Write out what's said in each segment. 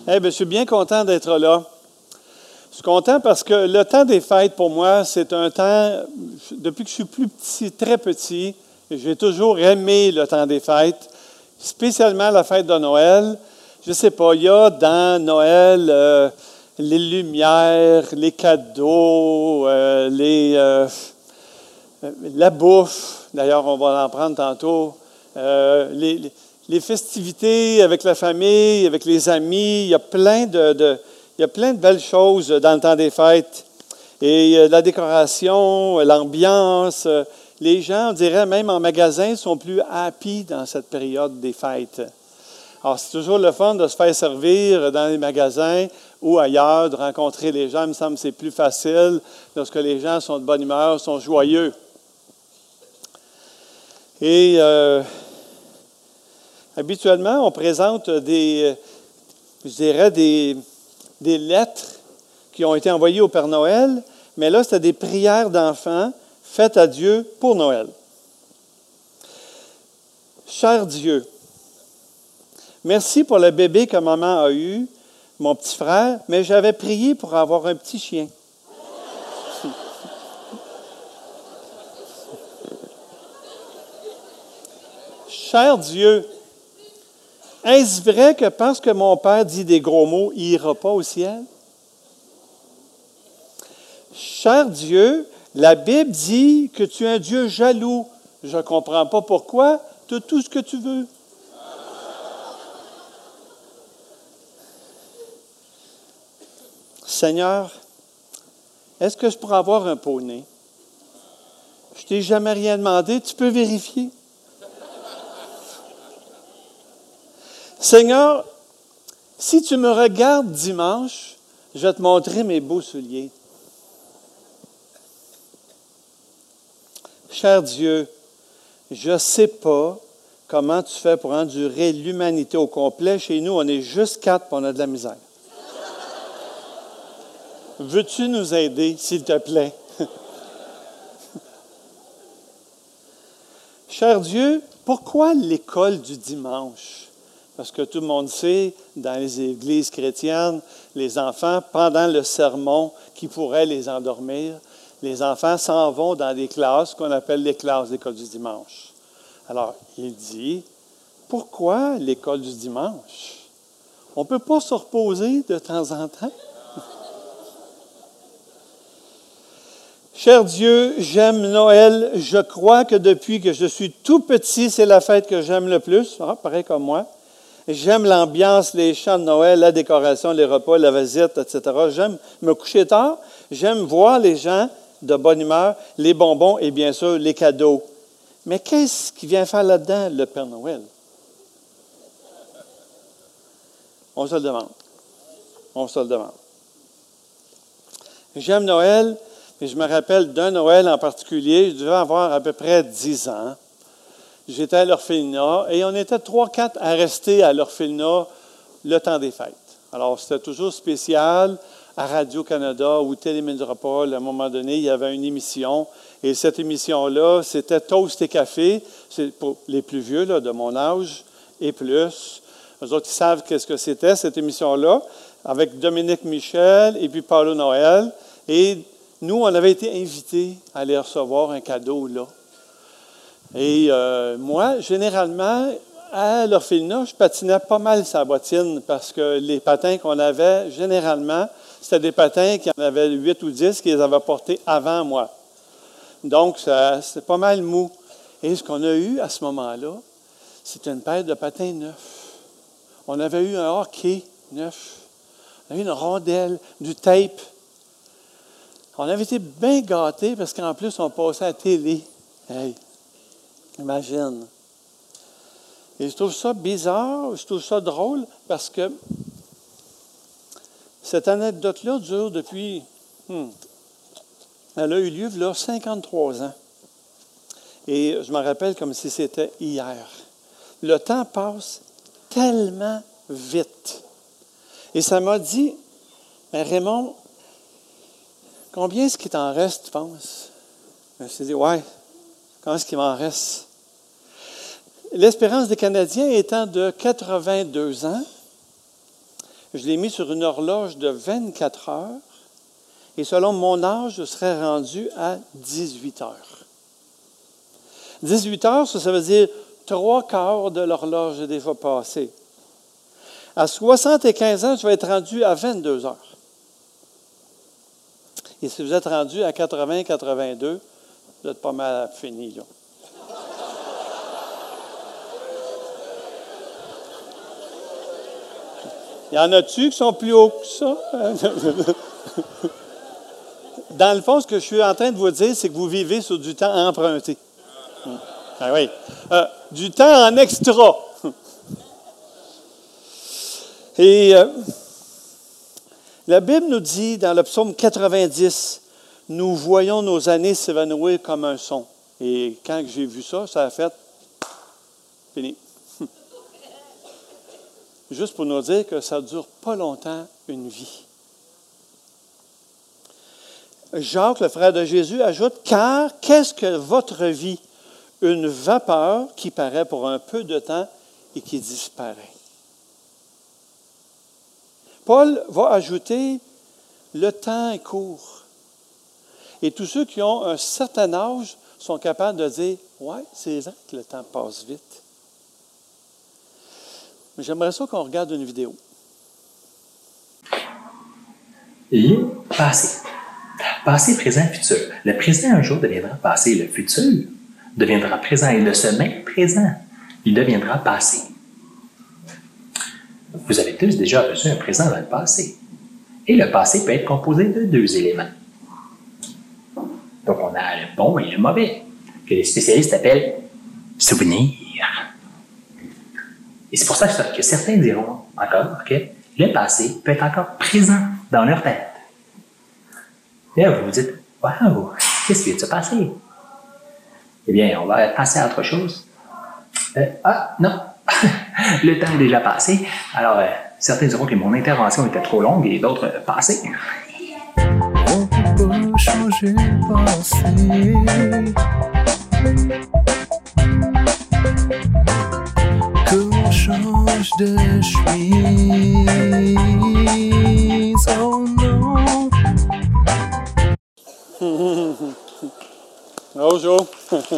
Eh bien, je suis bien content d'être là. Je suis content parce que le temps des fêtes, pour moi, c'est un temps, depuis que je suis plus petit, très petit, j'ai toujours aimé le temps des fêtes, spécialement la fête de Noël. Je ne sais pas, il y a dans Noël les lumières, les cadeaux, la bouffe. D'ailleurs, on va en prendre tantôt. Les festivités avec la famille, avec les amis. Il y a plein de belles choses dans le temps des fêtes. Et la décoration, l'ambiance. Les gens, on dirait même en magasin, sont plus happy dans cette période des fêtes. Alors, c'est toujours le fun de se faire servir dans les magasins ou ailleurs, de rencontrer les gens. Il me semble que c'est plus facile lorsque les gens sont de bonne humeur, sont joyeux. Et habituellement, on présente des lettres qui ont été envoyées au Père Noël, mais là, c'était des prières d'enfants faites à Dieu pour Noël. Cher Dieu, merci pour le bébé que maman a eu, mon petit frère, mais j'avais prié pour avoir un petit chien. Cher Dieu, est-ce vrai que parce que mon père dit des gros mots, il n'ira pas au ciel? Cher Dieu, la Bible dit que tu es un Dieu jaloux. Je ne comprends pas pourquoi. Tu as tout ce que tu veux. Seigneur, est-ce que je pourrais avoir un poney? Je ne t'ai jamais rien demandé. Tu peux vérifier? Seigneur, si tu me regardes dimanche, je vais te montrer mes beaux souliers. Cher Dieu, je ne sais pas comment tu fais pour endurer l'humanité au complet. Chez nous, on est juste 4 et on a de la misère. Veux-tu nous aider, s'il te plaît? Cher Dieu, pourquoi l'école du dimanche? Parce que tout le monde sait, dans les églises chrétiennes, les enfants, pendant le sermon qui pourrait les endormir, les enfants s'en vont dans des classes qu'on appelle les classes d'école du dimanche. Alors, il dit, pourquoi l'école du dimanche? On ne peut pas se reposer de temps en temps? Cher Dieu, j'aime Noël. Je crois que depuis que je suis tout petit, c'est la fête que j'aime le plus. Ah, pareil comme moi. J'aime l'ambiance, les chants de Noël, la décoration, les repas, la visite, etc. J'aime me coucher tard. J'aime voir les gens de bonne humeur, les bonbons et bien sûr les cadeaux. Mais qu'est-ce qui vient faire là-dedans, le Père Noël? On se le demande. On se le demande. J'aime Noël, mais je me rappelle d'un Noël en particulier. Je devais avoir à peu près 10 ans. J'étais à l'orphelinat et on était 3-4 à rester à l'orphelinat le temps des fêtes. Alors, c'était toujours spécial. À Radio-Canada ou Télémétropole, à un moment donné, il y avait une émission. Et cette émission-là, c'était Toast et Café. C'est pour les plus vieux, là, de mon âge et plus. Eux autres, ils savent qu'est-ce que c'était, cette émission-là, avec Dominique Michel et puis Paulo Noël. Et nous, on avait été invités à aller recevoir un cadeau là. Et moi, généralement, à l'orphelinat, je patinais pas mal sa bottine parce que les patins qu'on avait, généralement, c'était des patins qui en avaient 8 ou 10 qui les avaient portés avant moi. Donc, c'était pas mal mou. Et ce qu'on a eu à ce moment-là, c'était une paire de patins neufs. On avait eu un hockey neuf. On avait eu une rondelle, du tape. On avait été bien gâtés parce qu'en plus, on passait à la télé. Hey, imagine. Et je trouve ça bizarre, je trouve ça drôle parce que cette anecdote-là dure depuis, elle a eu lieu il y a 53 ans. Et je me rappelle comme si c'était hier. Le temps passe tellement vite. Et ça m'a dit, Raymond, combien est-ce qu'il t'en reste, tu penses? Je me suis dit, ouais, combien est-ce qu'il m'en reste? L'espérance des Canadiens étant de 82 ans, je l'ai mis sur une horloge de 24 heures, et selon mon âge, je serais rendu à 18 heures. 18 heures, ça veut dire 3/4 de l'horloge est déjà passé. À 75 ans, je vais être rendu à 22 heures. Et si vous êtes rendu à 80, 82, vous êtes pas mal fini, là. Il y en a-tu qui sont plus hauts que ça? Dans le fond, ce que je suis en train de vous dire, c'est que vous vivez sur du temps emprunté. Ah oui. Du temps en extra. Et la Bible nous dit, dans le psaume 90, « Nous voyons nos années s'évanouir comme un son. » Et quand j'ai vu ça, ça a fait « fini. » Juste pour nous dire que ça ne dure pas longtemps, une vie. Jacques, le frère de Jésus, ajoute « Car qu'est-ce que votre vie? Une vapeur qui paraît pour un peu de temps et qui disparaît. » Paul va ajouter « Le temps est court. » Et tous ceux qui ont un certain âge sont capables de dire « Ouais, c'est vrai que le temps passe vite. » Mais j'aimerais ça qu'on regarde une vidéo. Le passé. Passé, présent, futur. Le présent un jour deviendra passé. Le futur deviendra présent. Et le semaine présent, il deviendra passé. Vous avez tous déjà reçu un présent dans le passé. Et le passé peut être composé de 2 éléments. Donc, on a le bon et le mauvais, que les spécialistes appellent souvenirs. Et c'est pour ça que certains diront encore que le passé peut être encore présent dans leur tête. Et là, vous vous dites, « Wow, qu'est-ce qui vient de se passer? » Eh bien, on va passer à autre chose. Non, le temps est déjà passé. Alors, certains diront que mon intervention était trop longue et d'autres passées. On peut pas changer le passé. Qu'on change de chemise. Oh non. Bonjour.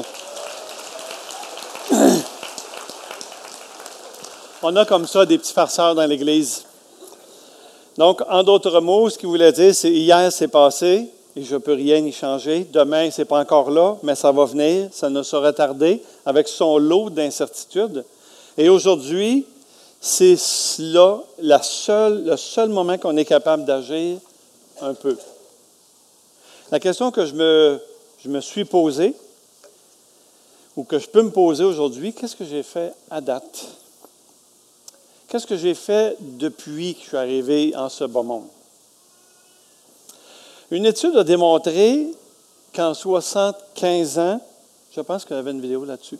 On a comme ça des petits farceurs dans l'Église. Donc, en d'autres mots, ce qu'il voulait dire, c'est hier, c'est passé et je ne peux rien y changer. Demain, ce n'est pas encore là, mais ça va venir, ça ne saurait tarder, avec son lot d'incertitudes. Et aujourd'hui, c'est là le seul moment qu'on est capable d'agir un peu. La question que je me suis posée, ou que je peux me poser aujourd'hui, qu'est-ce que j'ai fait à date? Qu'est-ce que j'ai fait depuis que je suis arrivé en ce bas monde? Une étude a démontré qu'en 75 ans, je pense qu'il y avait une vidéo là-dessus,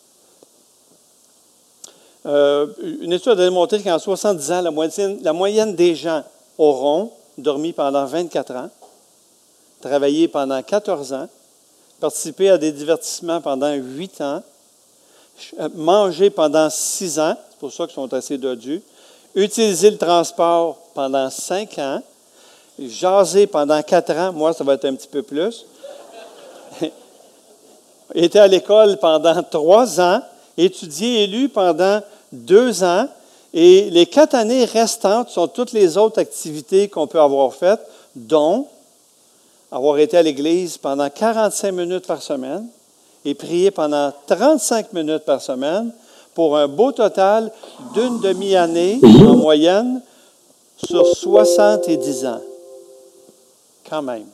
une étude a démontré qu'en 70 ans, la moyenne des gens auront dormi pendant 24 ans, travaillé pendant 14 ans, participé à des divertissements pendant 8 ans, mangé pendant 6 ans, c'est pour ça qu'ils sont assez dodus, utilisé le transport pendant 5 ans, jasé pendant 4 ans, moi ça va être un petit peu plus, été à l'école pendant 3 ans, étudié et lu pendant 2 ans, et les 4 années restantes sont toutes les autres activités qu'on peut avoir faites, dont avoir été à l'église pendant 45 minutes par semaine et prier pendant 35 minutes par semaine pour un beau total d'une demi-année en moyenne sur 70 ans. Quand même.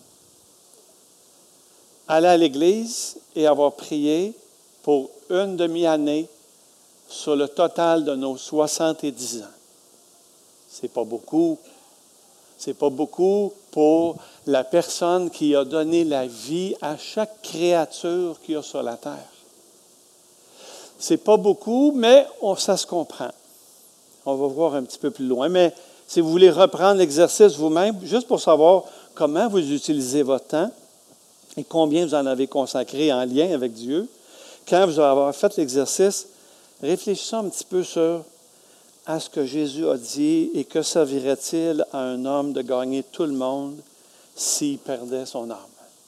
Aller à l'église et avoir prié pour une demi-année sur le total de nos 70 ans. C'est pas beaucoup. C'est pas beaucoup pour la personne qui a donné la vie à chaque créature qu'il y a sur la terre. C'est pas beaucoup, mais ça se comprend. On va voir un petit peu plus loin. Mais si vous voulez reprendre l'exercice vous-même, juste pour savoir comment vous utilisez votre temps et combien vous en avez consacré en lien avec Dieu, quand vous allez avoir fait l'exercice, réfléchissez un petit peu sur à ce que Jésus a dit et que servirait-il à un homme de gagner tout le monde s'il perdait son âme?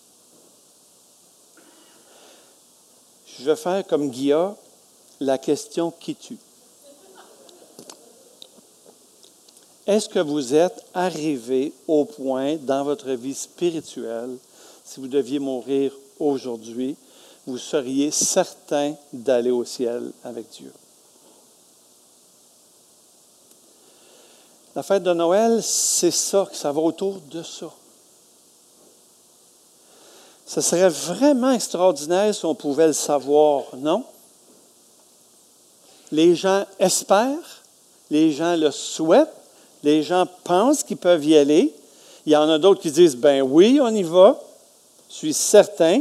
Je vais faire comme Guilla, la question qui tue. Est-ce que vous êtes arrivé au point dans votre vie spirituelle, si vous deviez mourir aujourd'hui, vous seriez certain d'aller au ciel avec Dieu? La fête de Noël, c'est ça, ça va autour de ça. Ce serait vraiment extraordinaire si on pouvait le savoir, non? Les gens espèrent, les gens le souhaitent, les gens pensent qu'ils peuvent y aller. Il y en a d'autres qui disent, ben oui, on y va, je suis certain.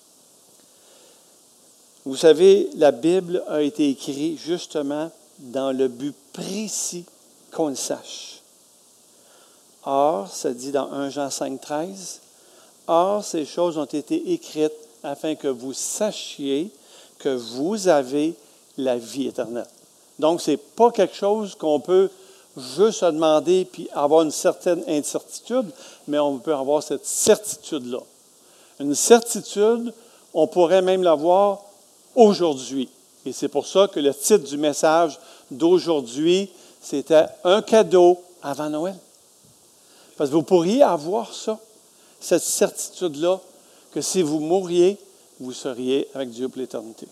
Vous savez, la Bible a été écrite justement dans le but précis qu'on le sache. Or, ça dit dans 1 Jean 5, 13, « Or, ces choses ont été écrites afin que vous sachiez que vous avez la vie éternelle. » Donc, ce n'est pas quelque chose qu'on peut juste se demander puis avoir une certaine incertitude, mais on peut avoir cette certitude-là. Une certitude, on pourrait même l'avoir aujourd'hui. Et c'est pour ça que le titre du message d'aujourd'hui, c'était « Un cadeau avant Noël ». Parce que vous pourriez avoir ça, cette certitude-là, que si vous mouriez, vous seriez avec Dieu pour l'éternité.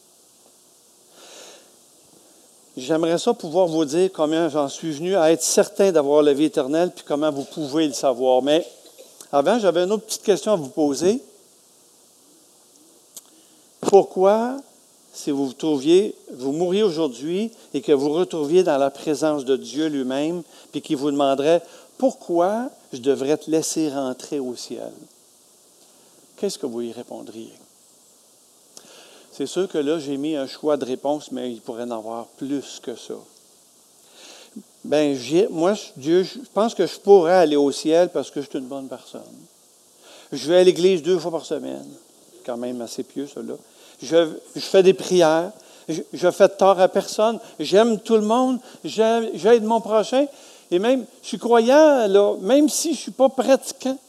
J'aimerais ça pouvoir vous dire comment j'en suis venu à être certain d'avoir la vie éternelle, puis comment vous pouvez le savoir. Mais avant, j'avais une autre petite question à vous poser. Pourquoi, si vous mouriez aujourd'hui et que vous retrouviez dans la présence de Dieu lui-même, puis qu'il vous demanderait « Pourquoi je devrais te laisser rentrer au ciel? » Qu'est-ce que vous y répondriez? C'est sûr que là, j'ai mis un choix de réponse, mais il pourrait en avoir plus que ça. Moi, Dieu, je pense que je pourrais aller au ciel parce que je suis une bonne personne. Je vais à l'église 2 fois par semaine. Quand même assez pieux, ça, là. Je fais des prières. Je fais de tort à personne. J'aime tout le monde. J'aide mon prochain. Et même, je suis croyant, là, même si je ne suis pas pratiquant.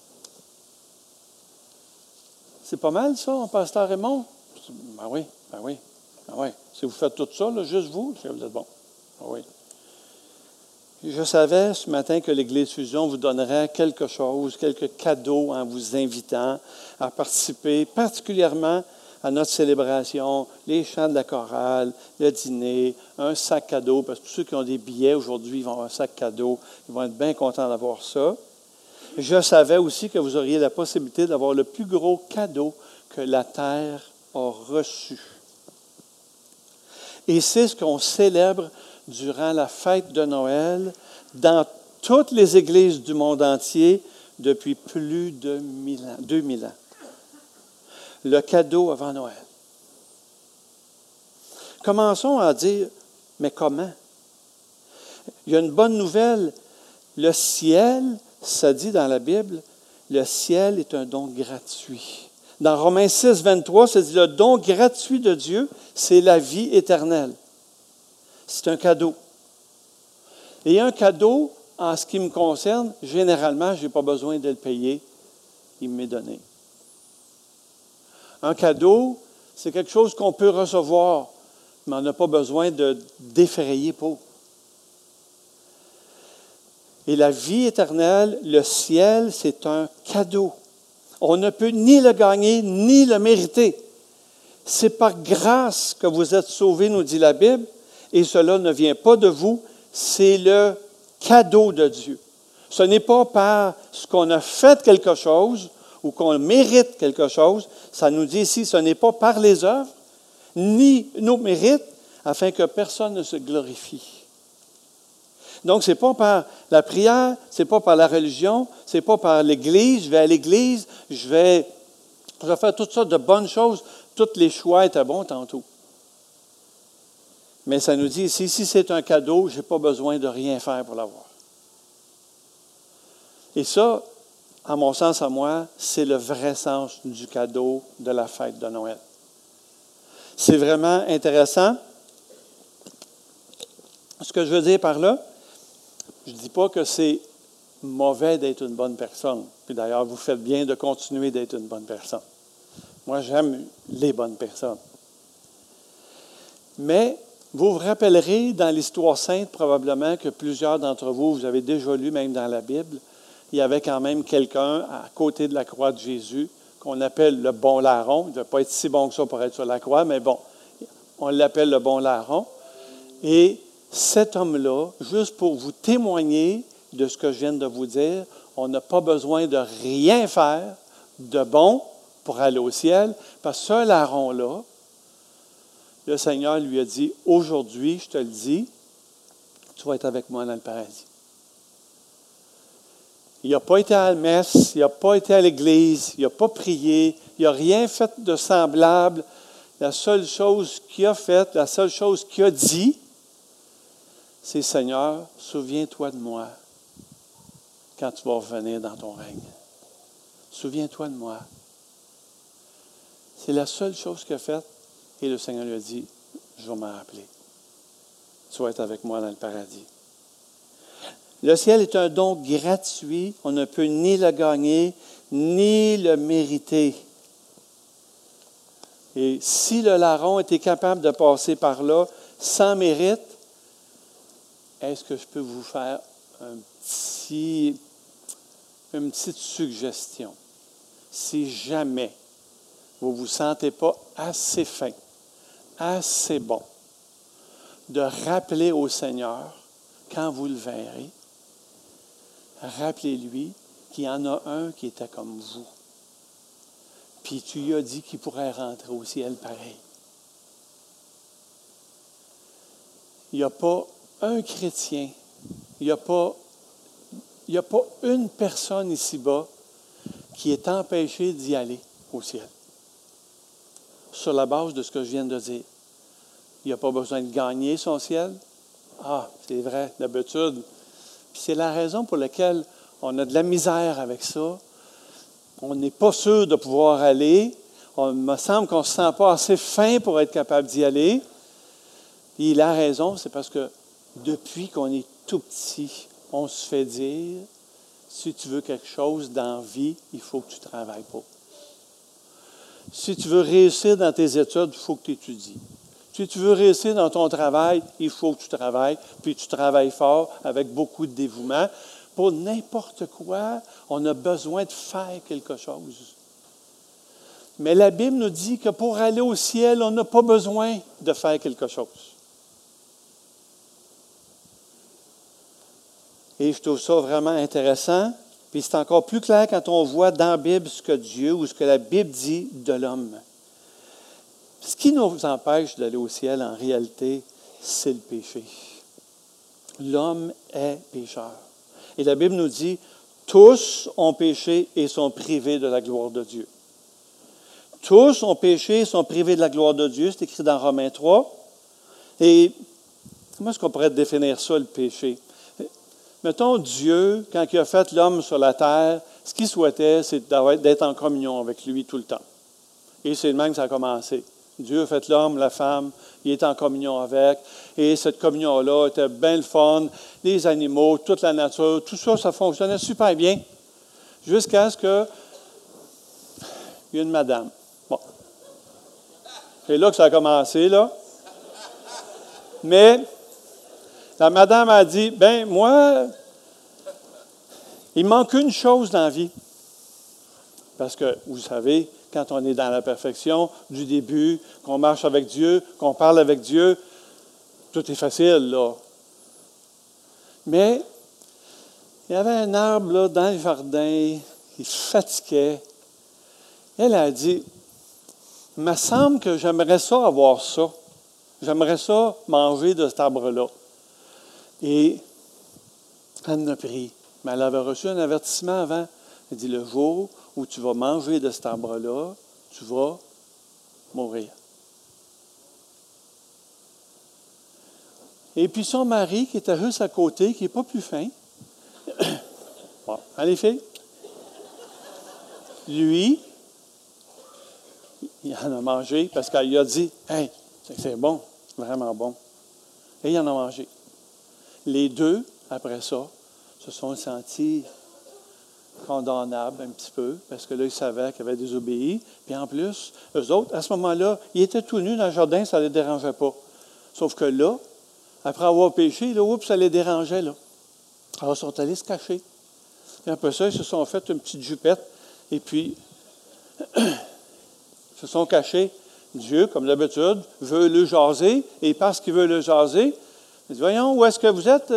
C'est pas mal, ça, pasteur Raymond? Ben oui. Si vous faites tout ça, là, juste vous, vous êtes bon. Ben oui. Je savais ce matin que l'Église Fusion vous donnerait quelque chose, quelques cadeaux en vous invitant à participer, particulièrement à notre célébration, les chants de la chorale, le dîner, un sac cadeau, parce que tous ceux qui ont des billets aujourd'hui, ils vont avoir un sac cadeau, ils vont être bien contents d'avoir ça. Je savais aussi que vous auriez la possibilité d'avoir le plus gros cadeau que la terre a reçu. Et c'est ce qu'on célèbre durant la fête de Noël dans toutes les églises du monde entier depuis plus de 2000 ans. Le cadeau avant Noël. Commençons à dire, mais comment? Il y a une bonne nouvelle. Le ciel, ça dit dans la Bible, le ciel est un don gratuit. Dans Romains 6, 23, ça dit, le don gratuit de Dieu, c'est la vie éternelle. C'est un cadeau. Et un cadeau, en ce qui me concerne, généralement, je n'ai pas besoin de le payer. Il m'est donné. Un cadeau, c'est quelque chose qu'on peut recevoir, mais on n'a pas besoin de défrayer pour. Et la vie éternelle, le ciel, c'est un cadeau. On ne peut ni le gagner, ni le mériter. C'est par grâce que vous êtes sauvés, nous dit la Bible, et cela ne vient pas de vous, c'est le cadeau de Dieu. Ce n'est pas par ce qu'on a fait quelque chose ou qu'on mérite quelque chose. Ça nous dit ici, ce n'est pas par les œuvres, ni nos mérites, afin que personne ne se glorifie. Donc, ce n'est pas par la prière, ce n'est pas par la religion, ce n'est pas par l'Église. Je vais à l'Église, je vais faire toutes sortes de bonnes choses. Tous les choix étaient bons tantôt. Mais ça nous dit ici, si c'est un cadeau, je n'ai pas besoin de rien faire pour l'avoir. Et ça, à mon sens, à moi, c'est le vrai sens du cadeau de la fête de Noël. C'est vraiment intéressant. Ce que je veux dire par là, je ne dis pas que c'est mauvais d'être une bonne personne. Puis d'ailleurs, vous faites bien de continuer d'être une bonne personne. Moi, j'aime les bonnes personnes. Mais vous vous rappellerez dans l'histoire sainte probablement que plusieurs d'entre vous, vous avez déjà lu même dans la Bible, il y avait quand même quelqu'un à côté de la croix de Jésus qu'on appelle le bon larron. Il ne devait pas être si bon que ça pour être sur la croix, mais bon, on l'appelle le bon larron. Et cet homme-là, juste pour vous témoigner de ce que je viens de vous dire, on n'a pas besoin de rien faire de bon pour aller au ciel, parce que ce larron-là, le Seigneur lui a dit, aujourd'hui, je te le dis, tu vas être avec moi dans le paradis. Il n'a pas été à la messe, il n'a pas été à l'église, il n'a pas prié, il n'a rien fait de semblable. La seule chose qu'il a faite, la seule chose qu'il a dit, c'est, Seigneur, souviens-toi de moi quand tu vas revenir dans ton règne. Souviens-toi de moi. C'est la seule chose qu'il a faite. Et le Seigneur lui a dit, je vais m'en rappeler. Tu vas être avec moi dans le paradis. Le ciel est un don gratuit. On ne peut ni le gagner, ni le mériter. Et si le larron était capable de passer par là sans mérite, est-ce que je peux vous faire une petite suggestion? Si jamais vous ne vous sentez pas assez fin, assez bon, de rappeler au Seigneur, quand vous le verrez, rappelez-lui qu'il y en a un qui était comme vous. Puis tu lui as dit qu'il pourrait rentrer au ciel pareil. Il n'y a pas un chrétien, il n'y a pas une personne ici-bas qui est empêchée d'y aller au ciel. Sur la base de ce que je viens de dire. Il n'y a pas besoin de gagner son ciel. Ah, c'est vrai, d'habitude. Puis c'est la raison pour laquelle on a de la misère avec ça. On n'est pas sûr de pouvoir aller. Il me semble qu'on ne se sent pas assez fin pour être capable d'y aller. Puis la raison, c'est parce que depuis qu'on est tout petit, on se fait dire, si tu veux quelque chose dans la vie, il faut que tu travailles pour. Si tu veux réussir dans tes études, il faut que tu étudies. Si tu veux réussir dans ton travail, il faut que tu travailles, puis tu travailles fort avec beaucoup de dévouement. Pour n'importe quoi, on a besoin de faire quelque chose. Mais la Bible nous dit que pour aller au ciel, on n'a pas besoin de faire quelque chose. Et je trouve ça vraiment intéressant. Puis c'est encore plus clair quand on voit dans la Bible ce que Dieu ou ce que la Bible dit de l'homme. Ce qui nous empêche d'aller au ciel, en réalité, c'est le péché. L'homme est pécheur. Et la Bible nous dit, tous ont péché et sont privés de la gloire de Dieu. Tous ont péché et sont privés de la gloire de Dieu. C'est écrit dans Romains 3. Et comment est-ce qu'on pourrait définir ça, le péché? Mettons, Dieu, quand il a fait l'homme sur la terre, ce qu'il souhaitait, c'est d'être en communion avec lui tout le temps. Et c'est le même que ça a commencé. Dieu a fait l'homme, la femme, il est en communion avec. Et cette communion-là était bien le fun. Les animaux, toute la nature, tout ça, ça fonctionnait super bien. Jusqu'à ce que il y ait une madame. Bon. C'est là que ça a commencé, là. Mais la madame a dit, ben moi, il manque une chose dans la vie. Parce que, vous savez, quand on est dans la perfection du début, qu'on marche avec Dieu, qu'on parle avec Dieu, tout est facile, là. Mais, il y avait un arbre, là, dans le jardin, qui fatiguait. Elle a dit, il me semble que j'aimerais ça avoir ça. J'aimerais ça manger de cet arbre-là. Et elle en a pris. Mais elle avait reçu un avertissement avant. Elle dit, le jour où tu vas manger de cet arbre-là, tu vas mourir. Et puis son mari, qui était juste à côté, qui n'est pas plus fin, bon, allez, filles, lui, il en a mangé parce qu'il a dit, hey, c'est bon, vraiment bon. Et il en a mangé. Les deux, après ça, se sont sentis condamnables un petit peu, parce que là, ils savaient qu'ils avaient désobéi. Puis en plus, eux autres, à ce moment-là, ils étaient tout nus dans le jardin, ça ne les dérangeait pas. Sauf que là, après avoir péché, là, oups, ça les dérangeait, là. Alors, ils sont allés se cacher. Et après ça, ils se sont fait une petite jupette, et puis, ils se sont cachés. Dieu, comme d'habitude, veut le jaser, et parce qu'il veut le jaser, il dit, voyons, où est-ce que vous êtes?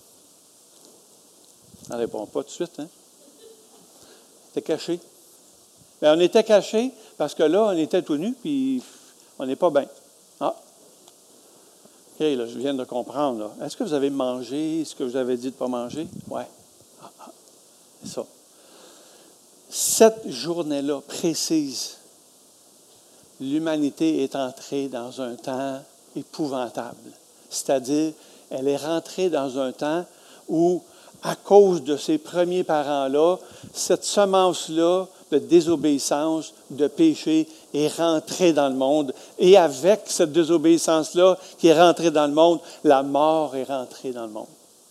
On ne répond pas tout de suite, hein? C'était caché. Mais on était cachés parce que là, on était tout nus, puis on n'est pas bien. Ah! OK, là, je viens de comprendre. Là. Est-ce que vous avez mangé ce que vous avez dit de ne pas manger? Oui. C'est ça. Cette journée-là précise, l'humanité est entrée dans un temps épouvantable. C'est-à-dire, elle est rentrée dans un temps où, à cause de ses premiers parents-là, cette semence-là de désobéissance, de péché, est rentrée dans le monde. Et avec cette désobéissance-là qui est rentrée dans le monde, la mort est rentrée dans le monde.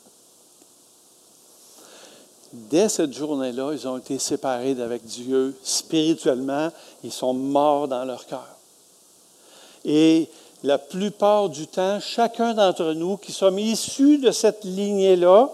Dès cette journée-là, ils ont été séparés d'avec Dieu spirituellement. Ils sont morts dans leur cœur. Et la plupart du temps, chacun d'entre nous qui sommes issus de cette lignée-là,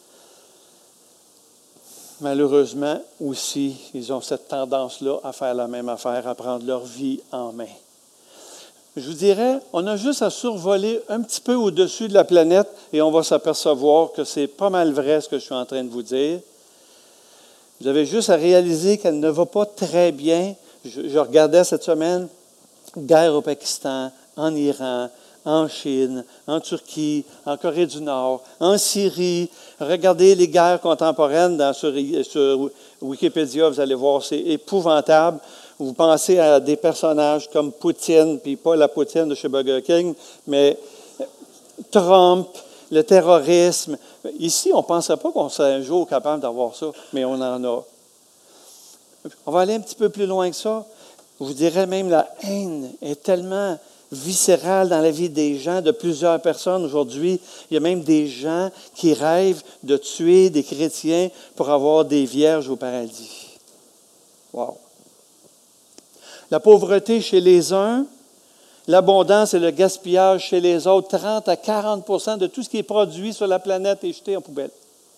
malheureusement aussi, ils ont cette tendance-là à faire la même affaire, à prendre leur vie en main. Je vous dirais, on a juste à survoler un petit peu au-dessus de la planète et on va s'apercevoir que c'est pas mal vrai ce que je suis en train de vous dire. Vous avez juste à réaliser qu'elle ne va pas très bien. Je regardais cette semaine, guerre au Pakistan, en Iran, en Chine, en Turquie, en Corée du Nord, en Syrie. Regardez les guerres contemporaines sur Wikipédia, vous allez voir, c'est épouvantable. Vous pensez à des personnages comme Poutine, puis pas la Poutine de chez Burger King, mais Trump, le terrorisme. Ici, on ne pensait pas qu'on serait un jour capable d'avoir ça, mais on en a. On va aller un petit peu plus loin que ça. Je vous dirais même la haine est tellement viscérale dans la vie des gens, de plusieurs personnes aujourd'hui. Il y a même des gens qui rêvent de tuer des chrétiens pour avoir des vierges au paradis. Wow! La pauvreté chez les uns, l'abondance et le gaspillage chez les autres, 30 à 40 de tout ce qui est produit sur la planète est jeté en poubelle.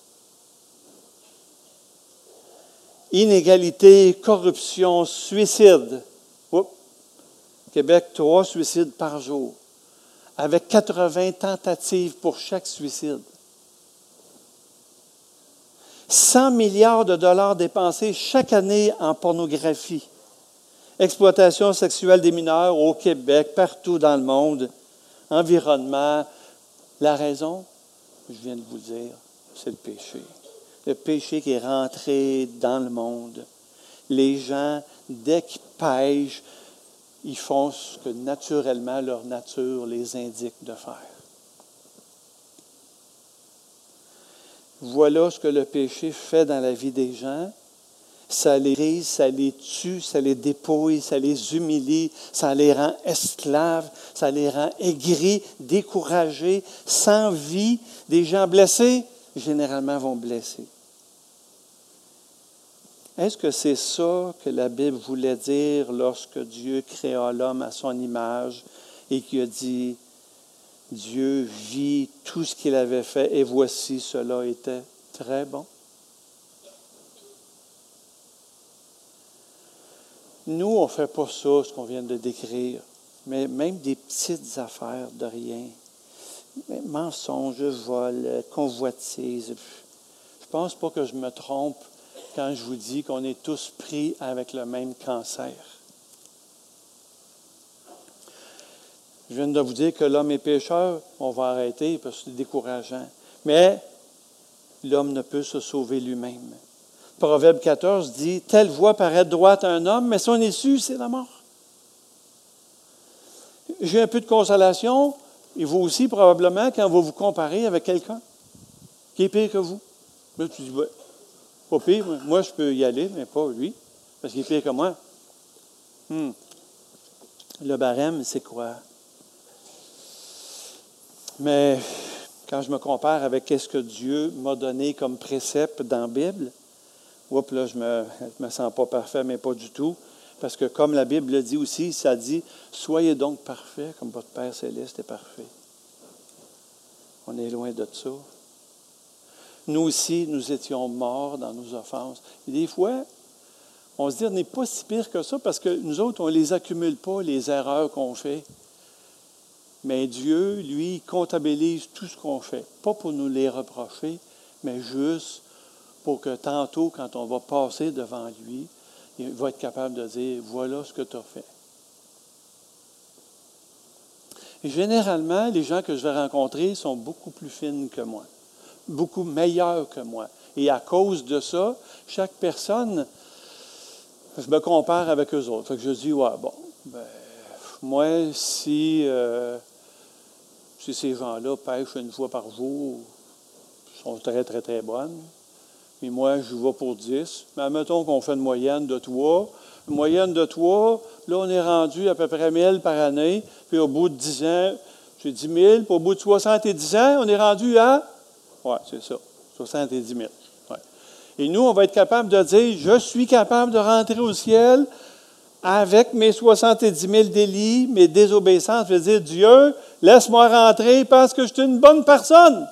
Inégalité, corruption, suicide. Oups. Québec, 3 suicides par jour, avec 80 tentatives pour chaque suicide. 100 milliards de dollars dépensés chaque année en pornographie. Exploitation sexuelle des mineurs au Québec, partout dans le monde. Environnement. La raison, je viens de vous le dire, c'est le péché. Le péché qui est rentré dans le monde. Les gens, dès qu'ils pêchent, ils font ce que naturellement leur nature les indique de faire. Voilà ce que le péché fait dans la vie des gens. Ça les brise, ça les tue, ça les dépouille, ça les humilie, ça les rend esclaves, ça les rend aigris, découragés, sans vie. Des gens blessés, généralement, vont blesser. Est-ce que c'est ça que la Bible voulait dire lorsque Dieu créa l'homme à son image et qu'il a dit, Dieu vit tout ce qu'il avait fait et voici, cela était très bon? Nous, on ne fait pas ça, ce qu'on vient de décrire, mais même des petites affaires de rien. Mensonges, vol, convoitise. Je ne pense pas que je me trompe quand je vous dis qu'on est tous pris avec le même cancer. Je viens de vous dire que l'homme est pécheur, on va arrêter parce que c'est décourageant. Mais l'homme ne peut se sauver lui-même. Proverbe 14 dit, « Telle voie paraît droite à un homme, mais son issue, c'est la mort. » J'ai un peu de consolation, et vous aussi probablement, quand vous vous comparez avec quelqu'un qui est pire que vous. Là, tu dis, ouais, pas pire, moi je peux y aller, mais pas lui, parce qu'il est pire que moi. Le barème, c'est quoi? Mais quand je me compare avec ce que Dieu m'a donné comme précepte dans la Bible, oups, là, je me sens pas parfait, mais pas du tout. Parce que comme la Bible le dit aussi, ça dit « Soyez donc parfaits comme votre Père Céleste est parfait. » On est loin de ça. Nous aussi, nous étions morts dans nos offenses. Et des fois, on se dit, on n'est pas si pire que ça parce que nous autres, on ne les accumule pas, les erreurs qu'on fait. Mais Dieu, lui, comptabilise tout ce qu'on fait. Pas pour nous les reprocher, mais juste pour que tantôt, quand on va passer devant lui, il va être capable de dire, voilà ce que tu as fait. Et généralement, les gens que je vais rencontrer sont beaucoup plus fines que moi, beaucoup meilleurs que moi. Et à cause de ça, chaque personne, je me compare avec eux autres. Fait que je dis, ouais, bon, ben, moi, si ces gens-là pêchent une fois par jour, ils sont très, très, très bonnes. Puis moi, je vais pour 10. Mais admettons qu'on fait une moyenne de 3. Une moyenne de 3, là, on est rendu à peu près 1000 par année. Puis au bout de 10 ans, j'ai 10 000. Puis au bout de 70 ans, on est rendu à... Oui, c'est ça, 70 000. Ouais. Et nous, on va être capable de dire, je suis capable de rentrer au ciel avec mes 70 000 délits, mes désobéissances. Je veux dire, Dieu, laisse-moi rentrer parce que je suis une bonne personne.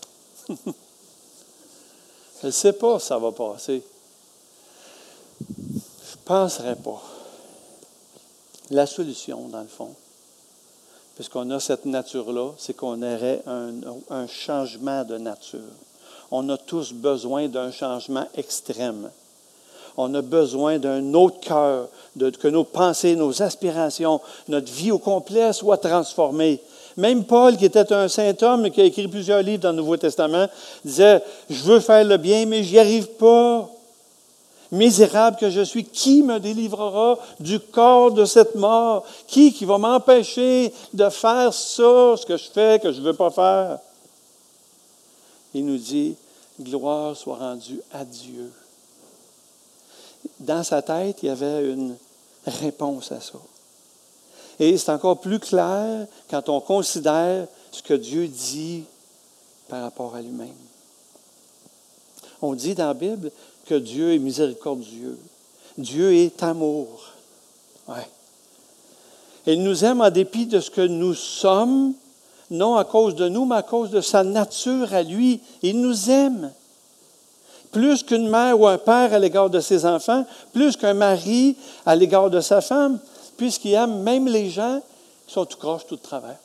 Je ne sais pas si ça va passer. Je ne penserais pas. La solution, dans le fond, puisqu'on a cette nature-là, c'est qu'on aurait un changement de nature. On a tous besoin d'un changement extrême. On a besoin d'un autre cœur, que nos pensées, nos aspirations, notre vie au complet soit transformée. Même Paul, qui était un saint homme, qui a écrit plusieurs livres dans le Nouveau Testament, disait « Je veux faire le bien, mais je n'y arrive pas. Misérable que je suis, qui me délivrera du corps de cette mort? Qui va m'empêcher de faire ça, ce que je fais, que je ne veux pas faire? » Il nous dit « Gloire soit rendue à Dieu. » Dans sa tête, il y avait une réponse à ça. Et c'est encore plus clair quand on considère ce que Dieu dit par rapport à lui-même. On dit dans la Bible que Dieu est miséricordieux. Dieu est amour. Ouais. Il nous aime en dépit de ce que nous sommes, non à cause de nous, mais à cause de sa nature à lui. Il nous aime. Plus qu'une mère ou un père à l'égard de ses enfants, plus qu'un mari à l'égard de sa femme, puisqu'il aime même les gens qui sont tout croche, tout de travers.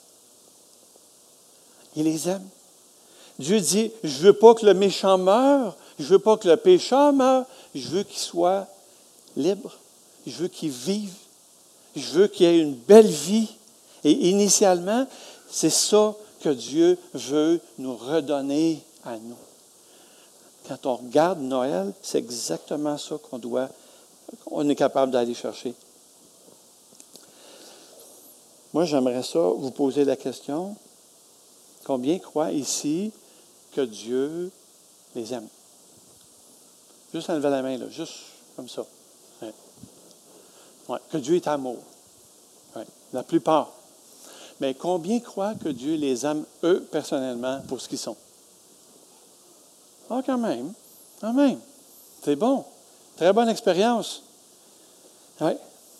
Il les aime. Dieu dit, je ne veux pas que le méchant meure, je ne veux pas que le pécheur meure, je veux qu'il soit libre, je veux qu'il vive, je veux qu'il ait une belle vie. Et initialement, c'est ça que Dieu veut nous redonner à nous. Quand on regarde Noël, c'est exactement ça qu'on est capable d'aller chercher. Moi, j'aimerais ça vous poser la question, combien croient ici que Dieu les aime? Juste enlever la main, là, juste comme ça. Ouais. Ouais. Que Dieu est amour. Ouais. La plupart. Mais combien croient que Dieu les aime, eux, personnellement, pour ce qu'ils sont? Ah, quand même. Quand même. C'est bon. Très bonne expérience. Oui.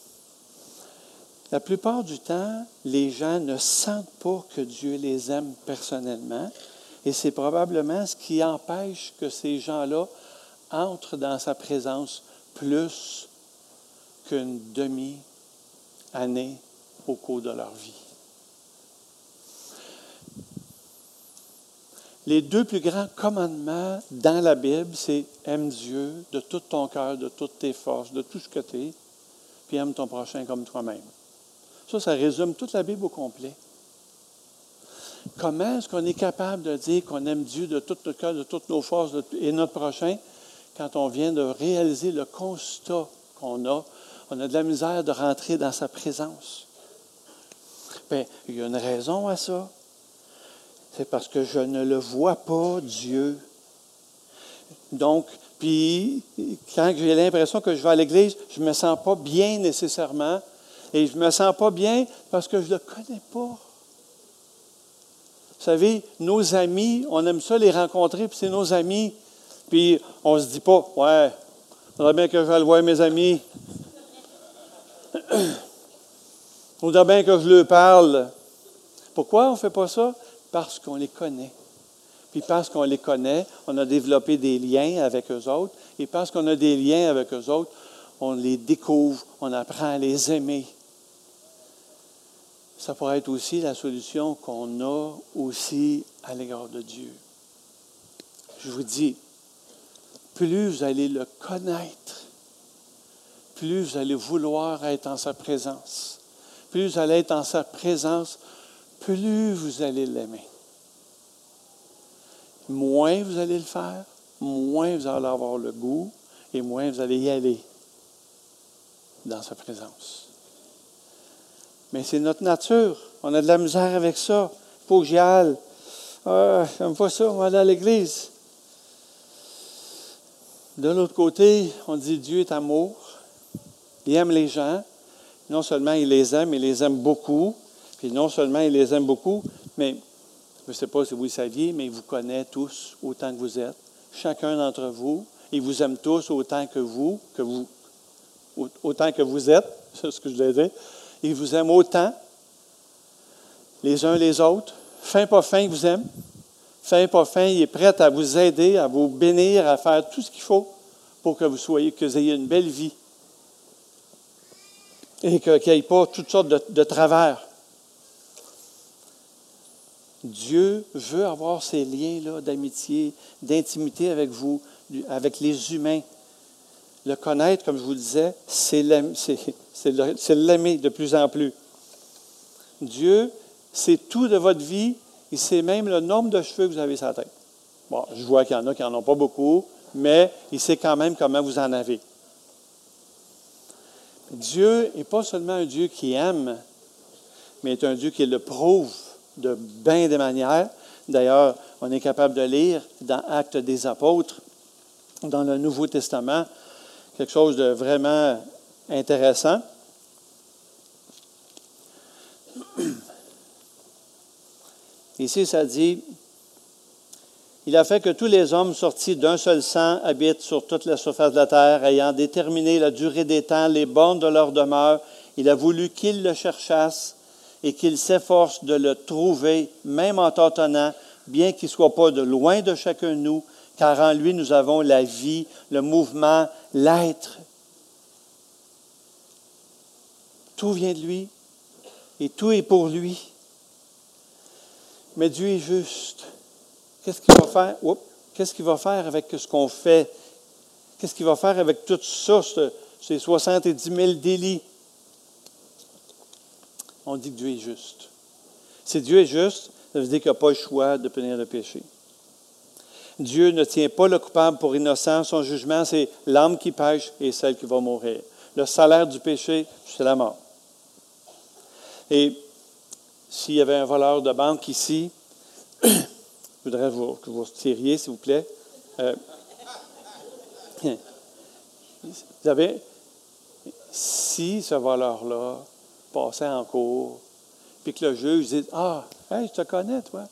La plupart du temps, les gens ne sentent pas que Dieu les aime personnellement. Et c'est probablement ce qui empêche que ces gens-là entrent dans sa présence plus qu'une demi-année au cours de leur vie. Les deux plus grands commandements dans la Bible, c'est « Aime Dieu de tout ton cœur, de toutes tes forces, de tout ce que tu es, puis aime ton prochain comme toi-même. » Ça résume toute la Bible au complet. Comment est-ce qu'on est capable de dire qu'on aime Dieu de tout notre cœur, de toutes nos forces et notre prochain, quand on vient de réaliser le constat qu'on a? On a de la misère de rentrer dans sa présence. Bien, il y a une raison à ça. C'est parce que je ne le vois pas, Dieu. Donc, puis, quand j'ai l'impression que je vais à l'Église, je ne me sens pas bien nécessairement. Et je ne me sens pas bien parce que je ne le connais pas. Vous savez, nos amis, on aime ça les rencontrer, puis c'est nos amis. Puis on ne se dit pas, ouais, il faudrait bien que je aille voir mes amis. Il faudrait bien que je leur parle. Pourquoi on ne fait pas ça? Parce qu'on les connaît. Puis parce qu'on les connaît, on a développé des liens avec eux autres. Et parce qu'on a des liens avec eux autres, on les découvre, on apprend à les aimer. Ça pourrait être aussi la solution qu'on a aussi à l'égard de Dieu. Je vous dis, plus vous allez le connaître, plus vous allez vouloir être en sa présence. Plus vous allez être en sa présence, plus vous allez l'aimer. Moins vous allez le faire, moins vous allez avoir le goût et moins vous allez y aller dans sa présence. Mais c'est notre nature. On a de la misère avec ça. Il faut que j'y aille. J'aime pas ça, on va aller à l'église. De l'autre côté, on dit Dieu est amour. Il aime les gens. Non seulement il les aime beaucoup. Puis non seulement il les aime beaucoup, mais je ne sais pas si vous le saviez, mais il vous connaît tous autant que vous êtes. Chacun d'entre vous. Il vous aime tous autant que vous êtes. C'est ce que je voulais dire. Il vous aime autant, les uns les autres. Fin pas fin, il vous aime. Fin pas fin, il est prêt à vous aider, à vous bénir, à faire tout ce qu'il faut pour que vous ayez une belle vie. Et qu'il n'y ait pas toutes sortes de travers. Dieu veut avoir ces liens-là d'amitié, d'intimité avec vous, avec les humains. Le connaître, comme je vous le disais, c'est l'aimer de plus en plus. Dieu sait tout de votre vie. Il sait même le nombre de cheveux que vous avez sur la tête. Bon, je vois qu'il y en a qui n'en ont pas beaucoup, mais il sait quand même comment vous en avez. Dieu n'est pas seulement un Dieu qui aime, mais est un Dieu qui le prouve de bien des manières. D'ailleurs, on est capable de lire dans Actes des Apôtres, dans le Nouveau Testament, quelque chose de vraiment intéressant. Ici, ça dit, « Il a fait que tous les hommes sortis d'un seul sang habitent sur toute la surface de la terre, ayant déterminé la durée des temps, les bornes de leur demeure. Il a voulu qu'ils le cherchassent et qu'ils s'efforcent de le trouver, même en tâtonnant, bien qu'il ne soit pas de loin de chacun de nous, car en lui, nous avons la vie, le mouvement, l'être. » Tout vient de lui et tout est pour lui. Mais Dieu est juste. Qu'est-ce qu'il va faire? Qu'est-ce qu'il va faire avec ce qu'on fait? Qu'est-ce qu'il va faire avec tout ça, ces 70 000 délits? On dit que Dieu est juste. Si Dieu est juste, ça veut dire qu'il n'a pas le choix de punir le péché. Dieu ne tient pas le coupable pour innocent. Son jugement, c'est l'âme qui pêche et celle qui va mourir. Le salaire du péché, c'est la mort. Et s'il y avait un voleur de banque ici, je voudrais que vous retiriez, s'il vous plaît. Vous savez, si ce voleur-là passait en cours, puis que le juge dit « Ah, hey, je te connais, toi.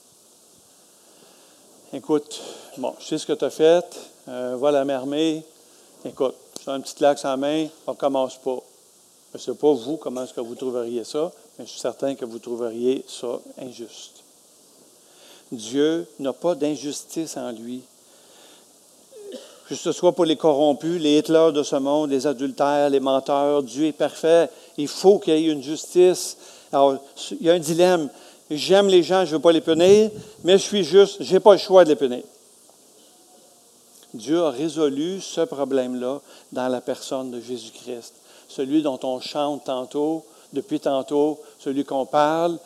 Écoute, bon, je sais ce que tu as fait, va la m'armer. Écoute, j'ai un petit claque sur la main, on ne commence pas. » Je ne sais pas, vous, comment est-ce que vous trouveriez ça, mais je suis certain que vous trouveriez ça injuste. Dieu n'a pas d'injustice en lui. Que ce soit pour les corrompus, les Hitlers de ce monde, les adultères, les menteurs, Dieu est parfait. Il faut qu'il y ait une justice. Alors, il y a un dilemme. J'aime les gens, je ne veux pas les punir, mais je suis juste, je n'ai pas le choix de les punir. Dieu a résolu ce problème-là dans la personne de Jésus-Christ. Celui dont on chante tantôt, depuis tantôt, celui qu'on parle,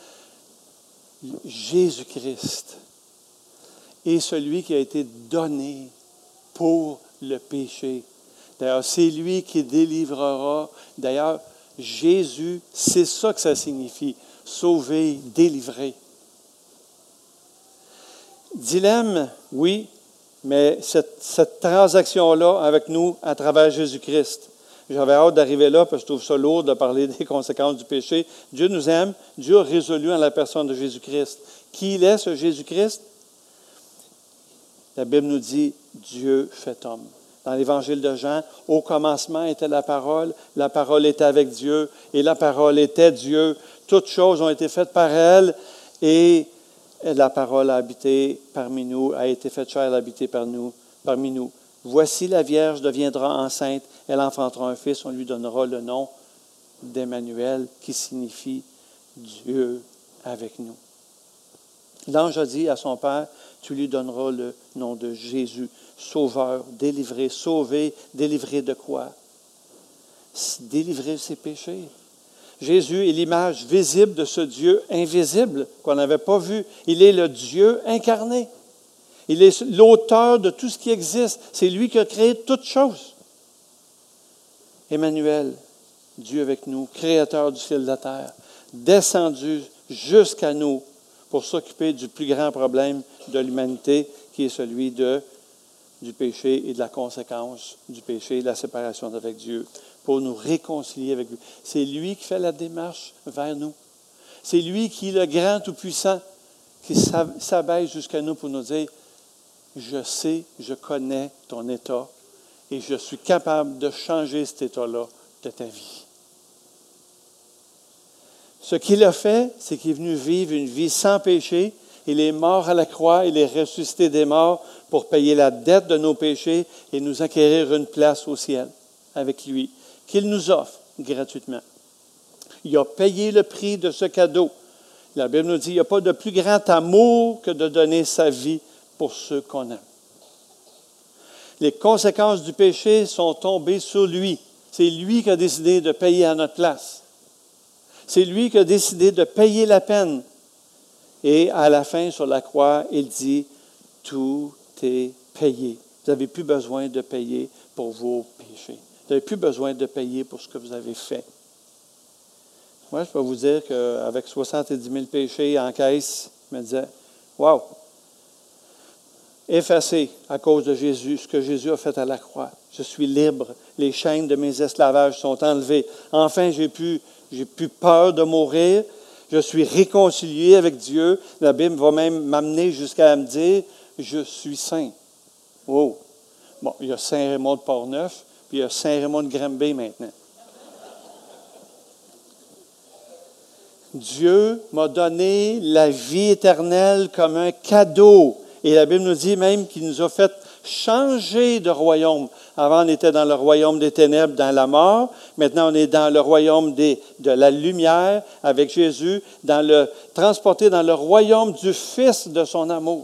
Jésus-Christ est celui qui a été donné pour le péché. D'ailleurs, c'est lui qui délivrera. D'ailleurs, Jésus, c'est ça que ça signifie, sauver, délivrer. Dilemme, oui, mais cette transaction-là avec nous à travers Jésus-Christ. J'avais hâte d'arriver là parce que je trouve ça lourd de parler des conséquences du péché. Dieu nous aime. Dieu a résolu en la personne de Jésus-Christ. Qui il est, ce Jésus-Christ? La Bible nous dit Dieu fait homme. Dans l'Évangile de Jean, au commencement était la parole était avec Dieu et la parole était Dieu. Toutes choses ont été faites par elle et la parole a habité parmi nous, a été faite chair, habité parmi nous. Voici la Vierge deviendra enceinte, elle enfantera un fils, on lui donnera le nom d'Emmanuel qui signifie Dieu avec nous. L'ange a dit à son père, tu lui donneras le nom de Jésus, sauveur, délivré, sauvé, délivré de quoi? Délivrer ses péchés. Jésus est l'image visible de ce Dieu invisible qu'on n'avait pas vu. Il est le Dieu incarné. Il est l'auteur de tout ce qui existe. C'est lui qui a créé toutes choses. Emmanuel, Dieu avec nous, créateur du ciel et de la terre, descendu jusqu'à nous pour s'occuper du plus grand problème de l'humanité, qui est celui du péché et de la conséquence du péché, la séparation avec Dieu, pour nous réconcilier avec lui. C'est lui qui fait la démarche vers nous. C'est lui qui est le grand tout-puissant, qui s'abaisse jusqu'à nous pour nous dire, je sais, je connais ton état et je suis capable de changer cet état-là de ta vie. Ce qu'il a fait, c'est qu'il est venu vivre une vie sans péché. Il est mort à la croix, il est ressuscité des morts pour payer la dette de nos péchés et nous acquérir une place au ciel avec lui, qu'il nous offre gratuitement. Il a payé le prix de ce cadeau. La Bible nous dit, il n'y a pas de plus grand amour que de donner sa vie pour ceux qu'on aime. Les conséquences du péché sont tombées sur lui. C'est lui qui a décidé de payer à notre place. C'est lui qui a décidé de payer la peine. Et à la fin, sur la croix, il dit, tout est payé. Vous n'avez plus besoin de payer pour vos péchés. Vous n'avez plus besoin de payer pour ce que vous avez fait. Moi, je peux vous dire qu'avec 70 000 péchés en caisse, je me disais, wow, effacé à cause de Jésus, ce que Jésus a fait à la croix. Je suis libre. Les chaînes de mes esclavages sont enlevées. Enfin, j'ai plus peur de mourir. Je suis réconcilié avec Dieu. La Bible va même m'amener jusqu'à me dire, je suis saint. Oh! Bon, il y a Saint-Raymond de Port-Neuf, puis il y a Saint-Raymond de Granby maintenant. Dieu m'a donné la vie éternelle comme un cadeau. Et la Bible nous dit même qu'il nous a fait changer de royaume. Avant, on était dans le royaume des ténèbres, dans la mort. Maintenant, on est dans le royaume de la lumière avec Jésus, transporté dans le royaume du Fils de son amour.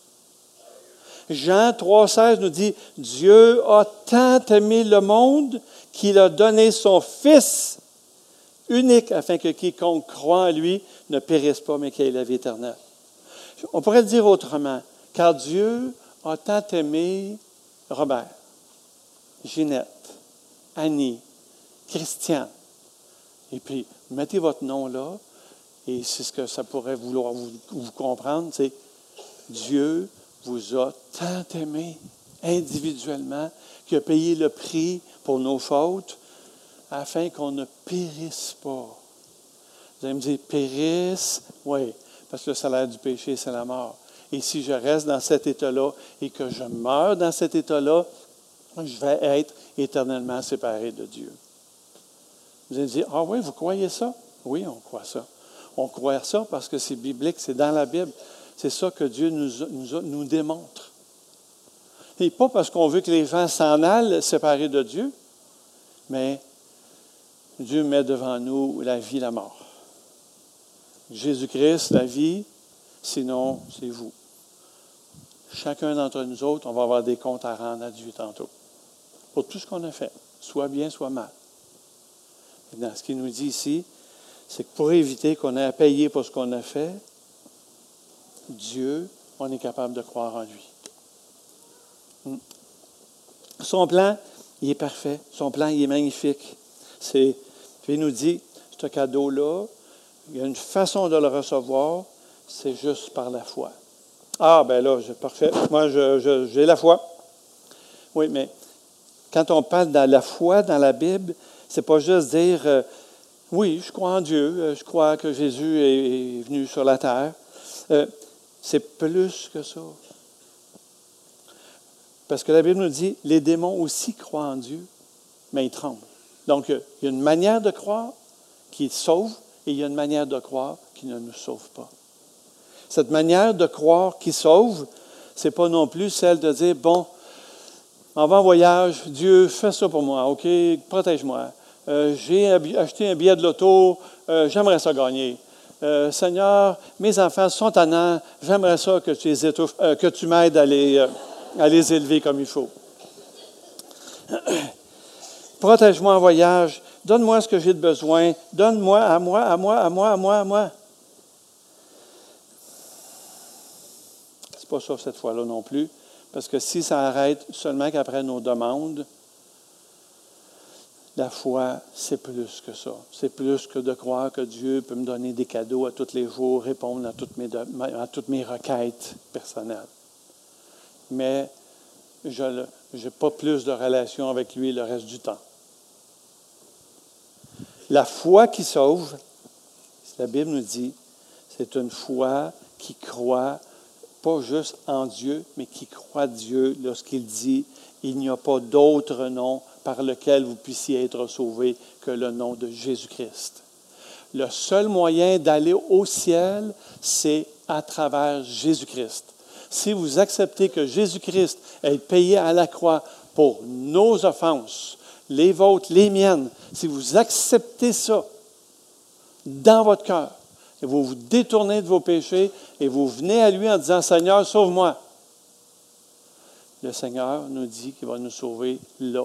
Jean 3,16 nous dit, Dieu a tant aimé le monde qu'il a donné son Fils unique afin que quiconque croit en lui ne périsse pas, mais qu'il ait la vie éternelle. On pourrait le dire autrement, car Dieu a tant aimé Robert, Ginette, Annie, Christiane. Et puis, mettez votre nom là, et c'est ce que ça pourrait vouloir vous comprendre, c'est Dieu vous a tant aimé individuellement qu'il a payé le prix pour nos fautes afin qu'on ne périsse pas. Vous allez me dire, périsse? Oui, parce que le salaire du péché, c'est la mort. Et si je reste dans cet état-là et que je meurs dans cet état-là, je vais être éternellement séparé de Dieu. Vous allez me dire, ah oui, vous croyez ça? Oui, on croit ça. On croit ça parce que c'est biblique, c'est dans la Bible. C'est ça que Dieu nous démontre. Et pas parce qu'on veut que les gens s'en aillent séparés de Dieu, mais Dieu met devant nous la vie et la mort. Jésus-Christ, la vie, sinon c'est vous. Chacun d'entre nous autres, on va avoir des comptes à rendre à Dieu tantôt. Pour tout ce qu'on a fait, soit bien, soit mal. Et dans ce qu'il nous dit ici, c'est que pour éviter qu'on ait à payer pour ce qu'on a fait, Dieu, on est capable de croire en lui. Son plan, il est parfait. Son plan, il est magnifique. Puis il nous dit, ce cadeau-là, il y a une façon de le recevoir, c'est juste par la foi. Ah, ben là, c'est parfait. Moi, j'ai la foi. Oui, mais quand on parle de la foi dans la Bible, c'est pas juste dire oui, je crois en Dieu, je crois que Jésus est venu sur la terre. C'est plus que ça. Parce que la Bible nous dit, les démons aussi croient en Dieu, mais ils tremblent. Donc, il y a une manière de croire qui sauve et il y a une manière de croire qui ne nous sauve pas. Cette manière de croire qui sauve, ce n'est pas non plus celle de dire, bon, on va en voyage, Dieu, fais ça pour moi, OK, protège-moi. J'ai acheté un billet de loto, j'aimerais ça gagner. Seigneur, mes enfants sont tannants, j'aimerais ça que tu les étouffes, que tu m'aides à les élever comme il faut. Protège-moi en voyage, donne-moi ce que j'ai de besoin, donne-moi à moi. C'est pas ça cette fois-là non plus, parce que si ça arrête seulement qu'après nos demandes, la foi, c'est plus que ça. C'est plus que de croire que Dieu peut me donner des cadeaux à tous les jours, répondre à toutes mes requêtes personnelles. Mais je n'ai pas plus de relation avec lui le reste du temps. La foi qui sauve, la Bible nous dit, c'est une foi qui croit pas juste en Dieu, mais qui croit Dieu lorsqu'il dit « Il n'y a pas d'autre nom par lequel vous puissiez être sauvés que le nom de Jésus-Christ. » Le seul moyen d'aller au ciel, c'est à travers Jésus-Christ. Si vous acceptez que Jésus-Christ ait payé à la croix pour nos offenses, les vôtres, les miennes, si vous acceptez ça dans votre cœur, et vous vous détournez de vos péchés et vous venez à lui en disant « Seigneur, sauve-moi », le Seigneur nous dit qu'il va nous sauver là.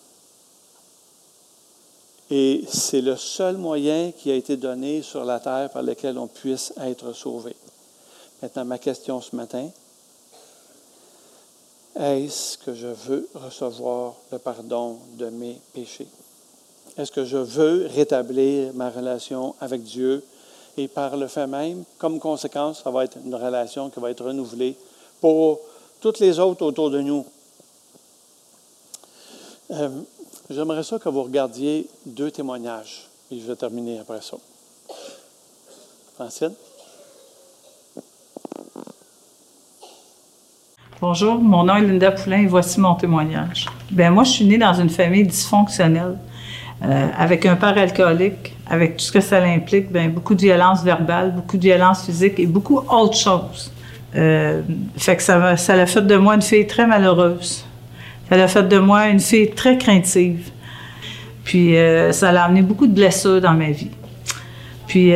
Et c'est le seul moyen qui a été donné sur la terre par lequel on puisse être sauvé. Maintenant, ma question ce matin, est-ce que je veux recevoir le pardon de mes péchés? Est-ce que je veux rétablir ma relation avec Dieu? Et par le fait même, comme conséquence, ça va être une relation qui va être renouvelée pour toutes les autres autour de nous. J'aimerais ça que vous regardiez 2 témoignages. Et je vais terminer après ça. Francine? Bonjour, mon nom est Linda Poulain et voici mon témoignage. Moi, je suis née dans une famille dysfonctionnelle, avec un père alcoolique, avec tout ce que ça implique, beaucoup de violence verbale, beaucoup de violence physique et beaucoup autre chose. Fait que ça l'a fait de moi une fille très malheureuse. Ça l'a fait de moi une fille très craintive. Puis ça l'a amené beaucoup de blessures dans ma vie. Puis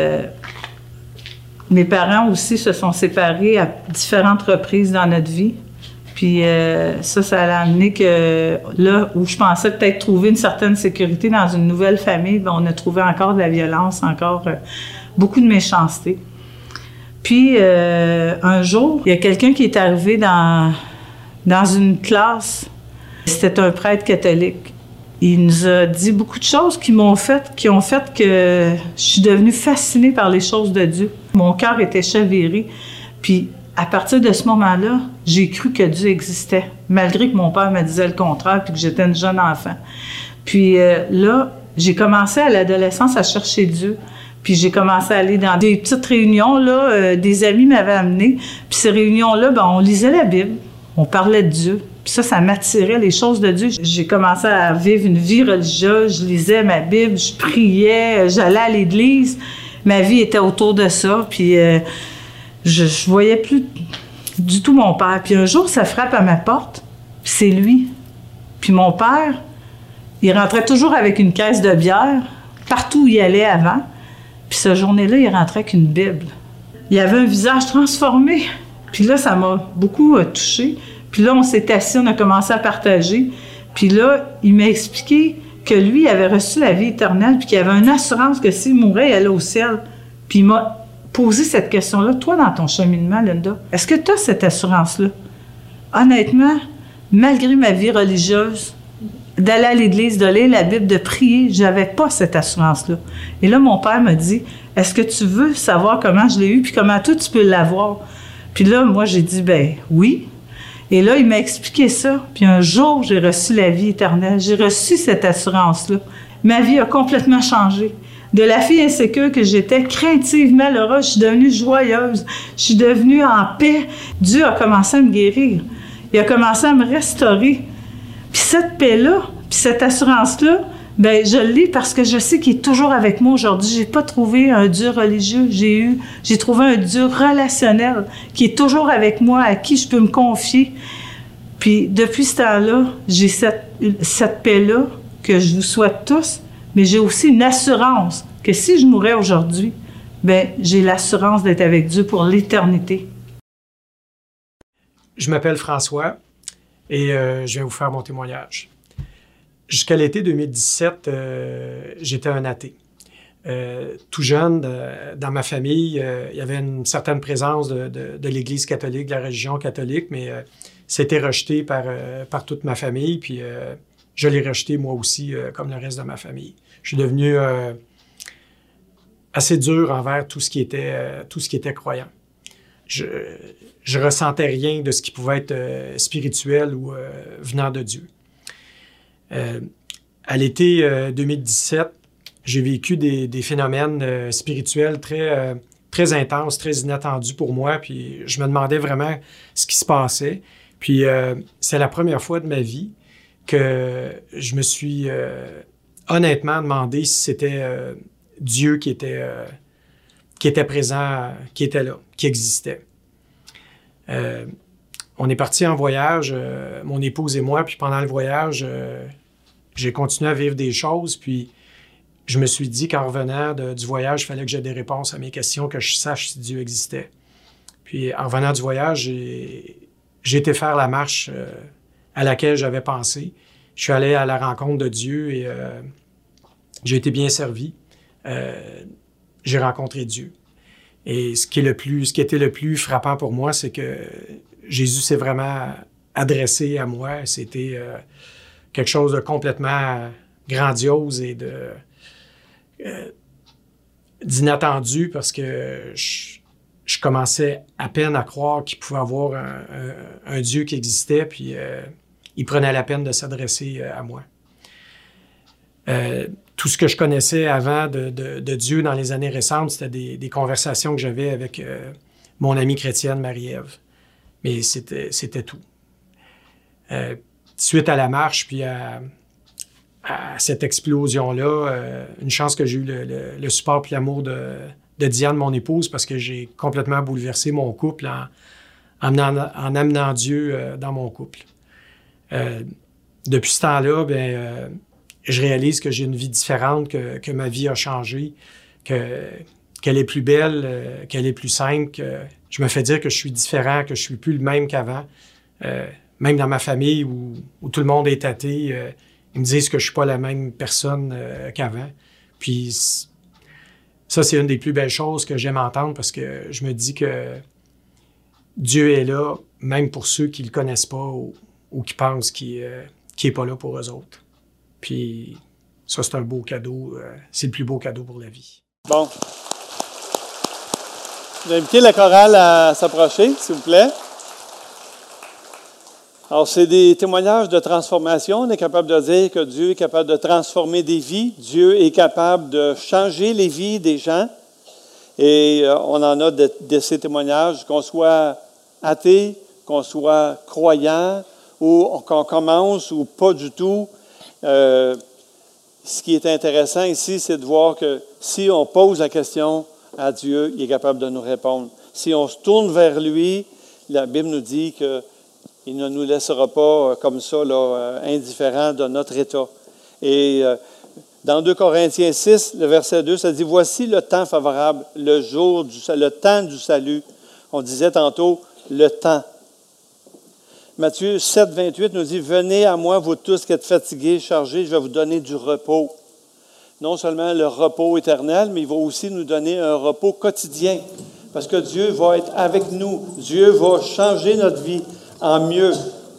mes parents aussi se sont séparés à différentes reprises dans notre vie. Puis ça l'a amené que là où je pensais peut-être trouver une certaine sécurité dans une nouvelle famille, on a trouvé encore de la violence, encore beaucoup de méchanceté. Puis un jour, il y a quelqu'un qui est arrivé dans une classe. C'était un prêtre catholique. Il nous a dit beaucoup de choses qui ont fait que je suis devenue fascinée par les choses de Dieu. Mon cœur était chaviré. Puis à partir de ce moment-là, j'ai cru que Dieu existait, malgré que mon père me disait le contraire puis que j'étais une jeune enfant. Puis là, j'ai commencé à l'adolescence à chercher Dieu. Puis j'ai commencé à aller dans des petites réunions, là, des amis m'avaient amené. Puis ces réunions-là, on lisait la Bible, on parlait de Dieu. Puis ça m'attirait, les choses de Dieu. J'ai commencé à vivre une vie religieuse, je lisais ma Bible, je priais, j'allais à l'église. Ma vie était autour de ça, puis je voyais plus du tout mon père. Puis un jour, ça frappe à ma porte, puis c'est lui. Puis mon père, il rentrait toujours avec une caisse de bière, partout où il allait avant. Puis cette journée-là, il rentrait avec une Bible. Il avait un visage transformé. Puis là, ça m'a beaucoup touchée. Puis là, on s'est assis, on a commencé à partager. Puis là, il m'a expliqué que lui, il avait reçu la vie éternelle, puis qu'il avait une assurance que s'il mourait, il allait au ciel. Puis il m'a posé cette question-là. Toi, dans ton cheminement, Linda, est-ce que tu as cette assurance-là? Honnêtement, malgré ma vie religieuse, d'aller à l'église, de lire la Bible, de prier, j'avais pas cette assurance-là. Et là, mon père m'a dit, est-ce que tu veux savoir comment je l'ai eu, puis comment toi, tu peux l'avoir? Puis là, moi, j'ai dit, oui. Et là, il m'a expliqué ça. Puis un jour, j'ai reçu la vie éternelle. J'ai reçu cette assurance-là. Ma vie a complètement changé. De la fille insécure que j'étais, craintive, malheureuse, je suis devenue joyeuse. Je suis devenue en paix. Dieu a commencé à me guérir. Il a commencé à me restaurer. Puis cette paix-là, puis cette assurance-là, bien, je l'ai parce que je sais qu'il est toujours avec moi aujourd'hui. J'ai pas trouvé un Dieu religieux. J'ai trouvé un Dieu relationnel qui est toujours avec moi, à qui je peux me confier. Puis depuis ce temps-là, j'ai cette paix-là que je vous souhaite tous, mais j'ai aussi une assurance que si je mourais aujourd'hui, bien, j'ai l'assurance d'être avec Dieu pour l'éternité. Je m'appelle François et je viens vous faire mon témoignage. Jusqu'à l'été 2017, j'étais un athée. Tout jeune, dans ma famille, il y avait une certaine présence de l'Église catholique, de la religion catholique, mais c'était rejeté par toute ma famille, puis je l'ai rejeté moi aussi, comme le reste de ma famille. Je suis devenu assez dur envers tout ce qui était croyant. Je ressentais rien de ce qui pouvait être spirituel ou venant de Dieu. À l'été 2017, j'ai vécu des phénomènes spirituels très intenses, très inattendus pour moi, puis je me demandais vraiment ce qui se passait. Puis c'est la première fois de ma vie que je me suis honnêtement demandé si c'était Dieu qui était présent, qui était là, qui existait. On est parti en voyage, mon épouse et moi, puis pendant le voyage, j'ai continué à vivre des choses, puis je me suis dit qu'en revenant du voyage, il fallait que j'aie des réponses à mes questions, que je sache si Dieu existait. Puis en revenant du voyage, j'ai été faire la marche à laquelle j'avais pensé. Je suis allé à la rencontre de Dieu et j'ai été bien servi. J'ai rencontré Dieu. Et ce qui était le plus frappant pour moi, c'est que Jésus s'est vraiment adressé à moi. C'était quelque chose de complètement grandiose et d'inattendu parce que je commençais à peine à croire qu'il pouvait avoir un Dieu qui existait, puis il prenait la peine de s'adresser à moi. Tout ce que je connaissais avant de Dieu dans les années récentes, c'était des conversations que j'avais avec mon amie chrétienne Marie-Ève. Mais c'était tout. Suite à la marche, puis à cette explosion-là, une chance que j'ai eu le support et l'amour de Diane, mon épouse, parce que j'ai complètement bouleversé mon couple en amenant Dieu dans mon couple. Depuis ce temps-là, je réalise que j'ai une vie différente, que ma vie a changé, qu'elle est plus belle, qu'elle est plus simple, que je me fais dire que je suis différent, que je suis plus le même qu'avant. Même dans ma famille où tout le monde est athée, ils me disent que je suis pas la même personne qu'avant. Puis ça, c'est une des plus belles choses que j'aime entendre parce que je me dis que Dieu est là, même pour ceux qui le connaissent pas ou qui pensent qu'il est pas là pour eux autres. Puis ça, c'est un beau cadeau. C'est le plus beau cadeau pour la vie. Bon. Je vais inviter la chorale à s'approcher, s'il vous plaît. Alors, c'est des témoignages de transformation. On est capable de dire que Dieu est capable de transformer des vies. Dieu est capable de changer les vies des gens. Et on en a de ces témoignages, qu'on soit athée, qu'on soit croyant, ou qu'on commence ou pas du tout. Ce qui est intéressant ici, c'est de voir que si on pose la question à Dieu, il est capable de nous répondre. Si on se tourne vers lui, la Bible nous dit qu'il ne nous laissera pas comme ça, indifférents de notre état. Et dans 2 Corinthiens 6, le verset 2, ça dit « Voici le temps favorable, le temps du salut. » On disait tantôt « le temps ». Matthieu 7, 28 nous dit « Venez à moi, vous tous qui êtes fatigués, chargés, je vais vous donner du repos. » Non seulement le repos éternel, mais il va aussi nous donner un repos quotidien. Parce que Dieu va être avec nous. Dieu va changer notre vie en mieux.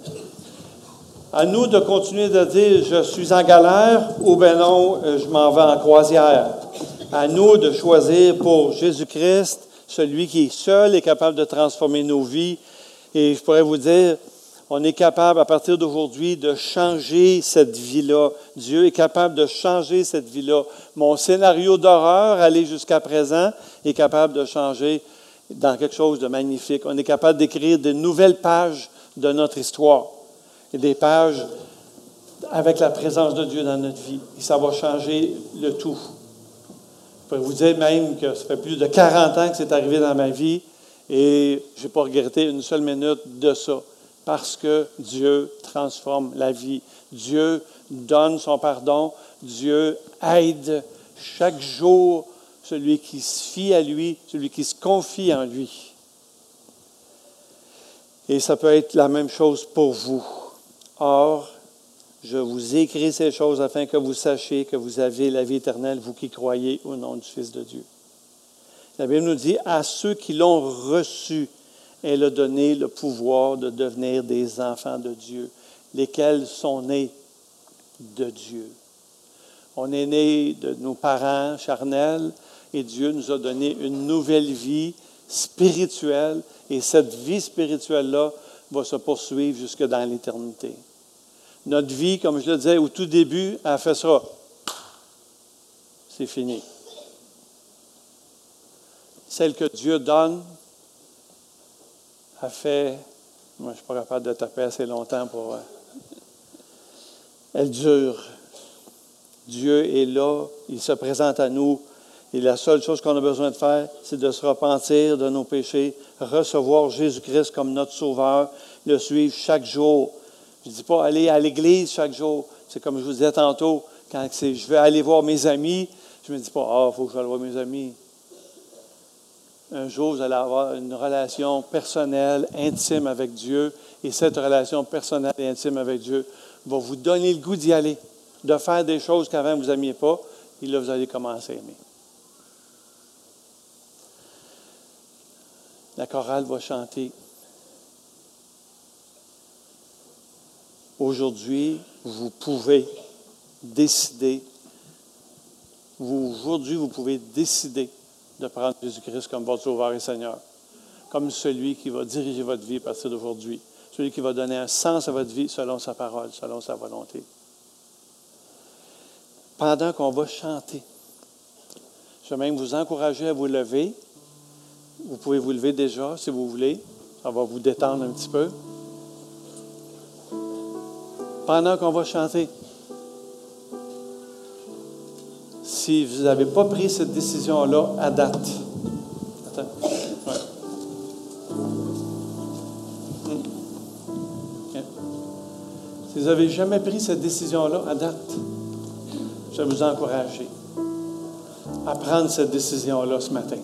À nous de continuer de dire « Je suis en galère » ou « Ben non, je m'en vais en croisière ». À nous de choisir pour Jésus-Christ, celui qui seul est capable de transformer nos vies. Et je pourrais vous dire, On est capable, à partir d'aujourd'hui, de changer cette vie-là. Dieu est capable de changer cette vie-là. Mon scénario d'horreur, allé jusqu'à présent, est capable de changer dans quelque chose de magnifique. On est capable d'écrire de nouvelles pages de notre histoire. Et des pages avec la présence de Dieu dans notre vie. Et ça va changer le tout. Je peux vous dire même que ça fait plus de 40 ans que c'est arrivé dans ma vie et je n'ai pas regretté une seule minute de ça. Parce que Dieu transforme la vie. Dieu donne son pardon. Dieu aide chaque jour celui qui se fie à lui, celui qui se confie en lui. Et ça peut être la même chose pour vous. Or, je vous écris ces choses afin que vous sachiez que vous avez la vie éternelle, vous qui croyez au nom du Fils de Dieu. La Bible nous dit, à ceux qui l'ont reçu, elle a donné le pouvoir de devenir des enfants de Dieu, lesquels sont nés de Dieu. On est né de nos parents charnels et Dieu nous a donné une nouvelle vie spirituelle et cette vie spirituelle-là va se poursuivre jusque dans l'éternité. Notre vie, comme je le disais au tout début, elle fait ça. C'est fini. Celle que Dieu donne, a fait, moi je ne suis pas capable de taper assez longtemps pour... elle dure. Dieu est là, il se présente à nous. Et la seule chose qu'on a besoin de faire, c'est de se repentir de nos péchés, recevoir Jésus-Christ comme notre Sauveur, le suivre chaque jour. Je ne dis pas aller à l'église chaque jour. C'est comme je vous disais tantôt, quand je vais aller voir mes amis, je ne me dis pas, il faut que j'aille voir mes amis. Un jour, vous allez avoir une relation personnelle, intime avec Dieu, et cette relation personnelle et intime avec Dieu va vous donner le goût d'y aller, de faire des choses qu'avant vous n'aimiez pas, et là, vous allez commencer à aimer. La chorale va chanter. Aujourd'hui, vous pouvez décider, aujourd'hui, vous pouvez décider de prendre Jésus-Christ comme votre Sauveur et Seigneur, comme celui qui va diriger votre vie à partir d'aujourd'hui, celui qui va donner un sens à votre vie selon sa parole, selon sa volonté. Pendant qu'on va chanter, je vais même vous encourager à vous lever. Vous pouvez vous lever déjà, si vous voulez. Ça va vous détendre un petit peu. Pendant qu'on va chanter, si vous n'avez pas pris cette décision-là à date, attends. Ouais. Okay. Si vous n'avez jamais pris cette décision-là à date, je vais vous encourager à prendre cette décision-là ce matin.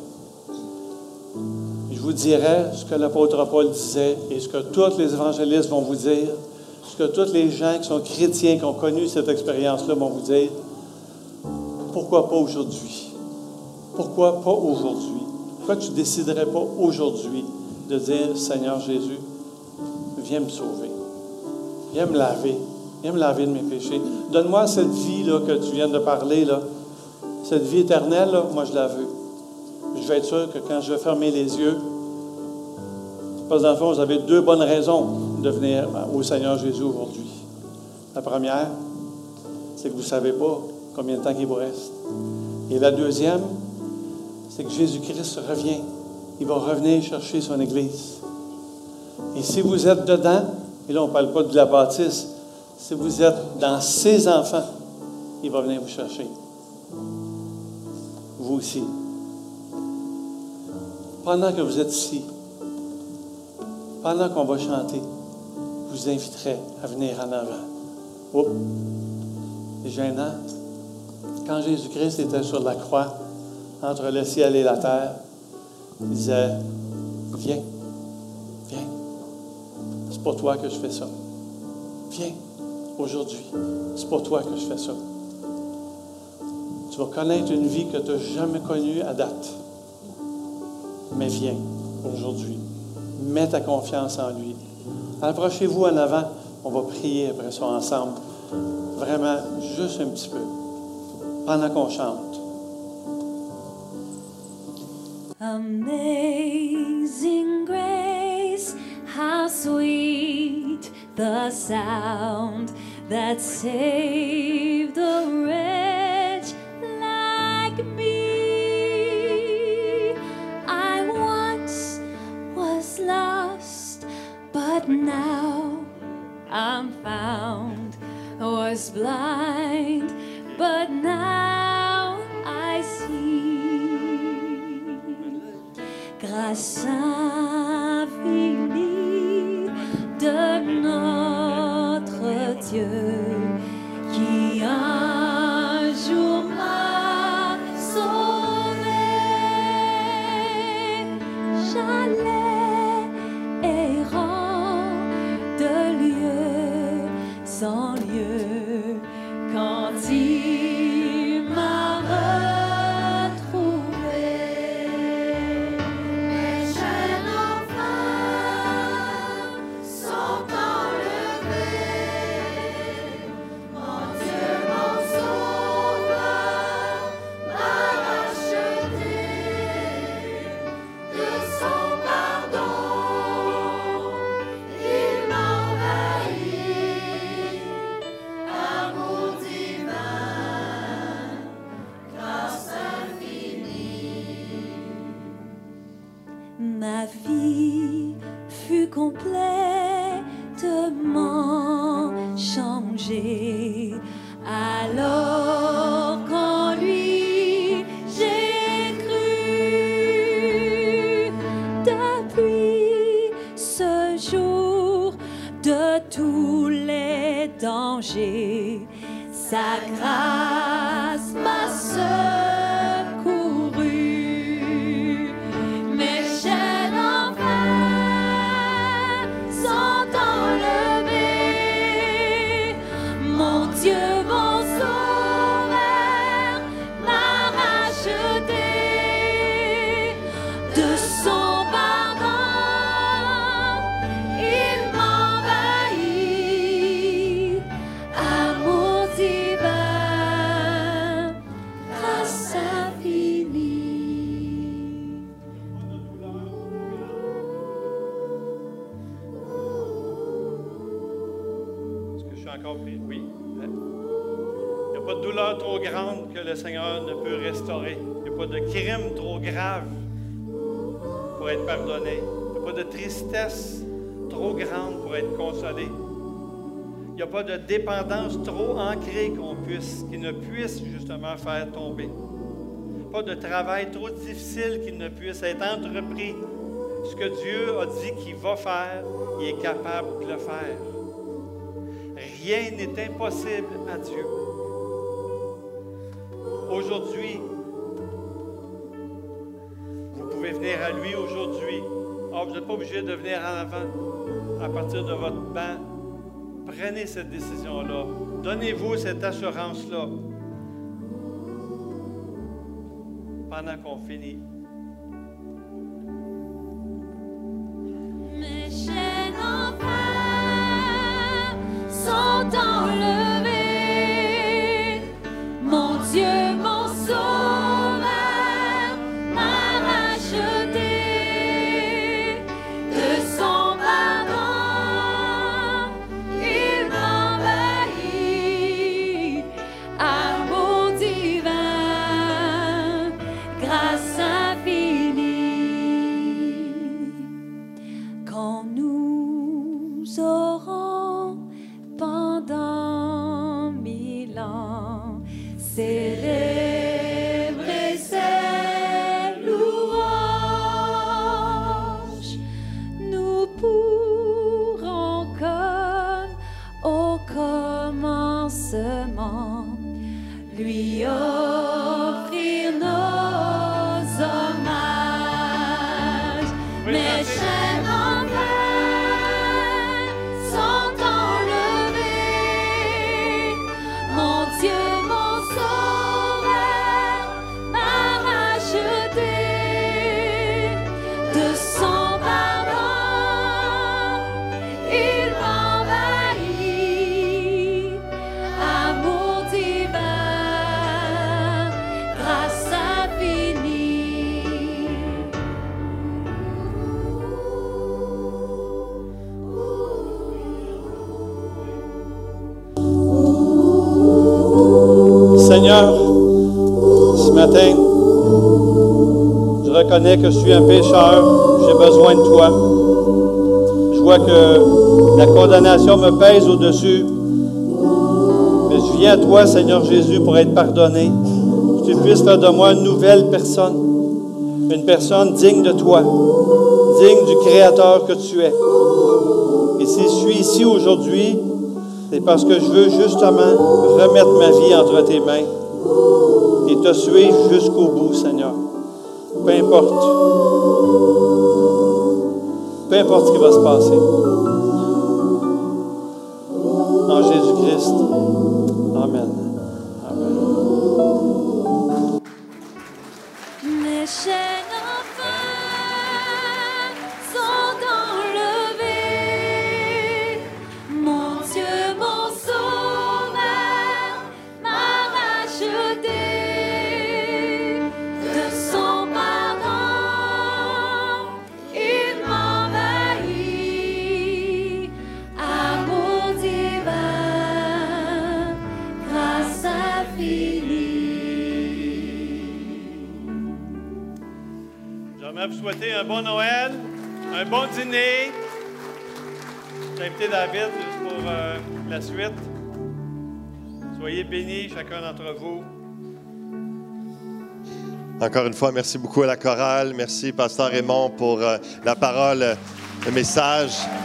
Je vous dirai ce que l'apôtre Paul disait et ce que tous les évangélistes vont vous dire, ce que tous les gens qui sont chrétiens, qui ont connu cette expérience-là vont vous dire. Pourquoi pas aujourd'hui? Pourquoi pas aujourd'hui? Pourquoi tu ne déciderais pas aujourd'hui de dire, Seigneur Jésus, viens me sauver, viens me laver de mes péchés. Donne-moi cette vie-là que tu viens de parler, là, cette vie éternelle, là, moi je la veux. Je vais être sûr que quand je vais fermer les yeux, parce que dans le fond, vous avez deux bonnes raisons de venir au Seigneur Jésus aujourd'hui. La première, c'est que vous ne savez pas combien de temps il vous reste. Et la deuxième, c'est que Jésus-Christ revient. Il va revenir chercher son Église. Et si vous êtes dedans, et là on ne parle pas de la bâtisse, si vous êtes dans ses enfants, il va venir vous chercher. Vous aussi. Pendant que vous êtes ici, pendant qu'on va chanter, je vous inviterai à venir en avant. Oups! C'est gênant. Quand Jésus-Christ était sur la croix, entre le ciel et la terre, il disait, viens, viens. C'est pour toi que je fais ça. Viens, aujourd'hui. C'est pour toi que je fais ça. Tu vas connaître une vie que tu n'as jamais connue à date. Mais viens, aujourd'hui. Mets ta confiance en lui. Approchez-vous en avant. On va prier après ça ensemble. Vraiment, juste un petit peu. Pendant qu'on chante. Amazing grace, how sweet the sound that saved a wretch like me. I once was lost, but now I'm found. Was blind, but now I see. Grâce infinie de notre Dieu qui un jour m'a sauvé. J'allais errant de lieu sans lieu quand il m'a retrouvé. Mes jeunes enfants sont enlevés. Mon Dieu, mon sauveur, m'a racheté de son pardon. Il m'envahit. Amour divin, grâce infinie. Ma vie fut complètement changée. Alors qu'en lui j'ai cru. Depuis ce jour, de tous les dangers, sa grâce m'a secouru. Mes jeunes enfants sont enlevés. Mon Dieu, mon sauveur, m'a racheté de son pardon. Il m'envahit. Amour divin, grâce infinie. Est-ce que je suis encore pris? Oui. Il n'y a pas de douleur trop grande que le Seigneur ne peut restaurer. Il n'y a pas de crime trop grave pour être pardonné. Il n'y a pas de tristesse trop grande pour être consolé. Il n'y a pas de dépendance trop ancrée qu'il ne puisse justement faire tomber. Pas de travail trop difficile qu'il ne puisse être entrepris. Ce que Dieu a dit qu'il va faire, il est capable de le faire. Rien n'est impossible à Dieu. Aujourd'hui, vous pouvez venir à lui aujourd'hui. Vous n'êtes pas obligé de venir en avant à partir de votre banc. Prenez cette décision-là. Donnez-vous cette assurance-là. Pendant qu'on finit. Mes jeunes enfants sont enlevés. Mon Dieu, mon sauveur, m'a racheté de son pardon. Il m'envahit. Amour divin, grâce infinie. reconnais que je suis un pécheur, j'ai besoin de toi. Je vois que la condamnation me pèse au-dessus. Mais je viens à toi, Seigneur Jésus, pour être pardonné. Que tu puisses faire de moi une nouvelle personne. Une personne digne de toi, digne du Créateur que tu es. Et si je suis ici aujourd'hui, c'est parce que je veux justement remettre ma vie entre tes mains et te suivre jusqu'au bout, Seigneur. Peu importe. Peu importe ce qui va se passer. En Jésus-Christ. Amen. Amen. Mes chaînes enfin sont enlevées. Mon Dieu, mon Sauveur, m'a racheté de son pardon. Il m'envahit, amour divin, grâce infinie. J'aimerais vous souhaiter un bon Noël, un bon dîner. J'ai invité David juste pour la suite. Soyez bénis, chacun d'entre vous. Encore une fois, merci beaucoup à la chorale. Merci, Pasteur Raymond, pour la parole, le message.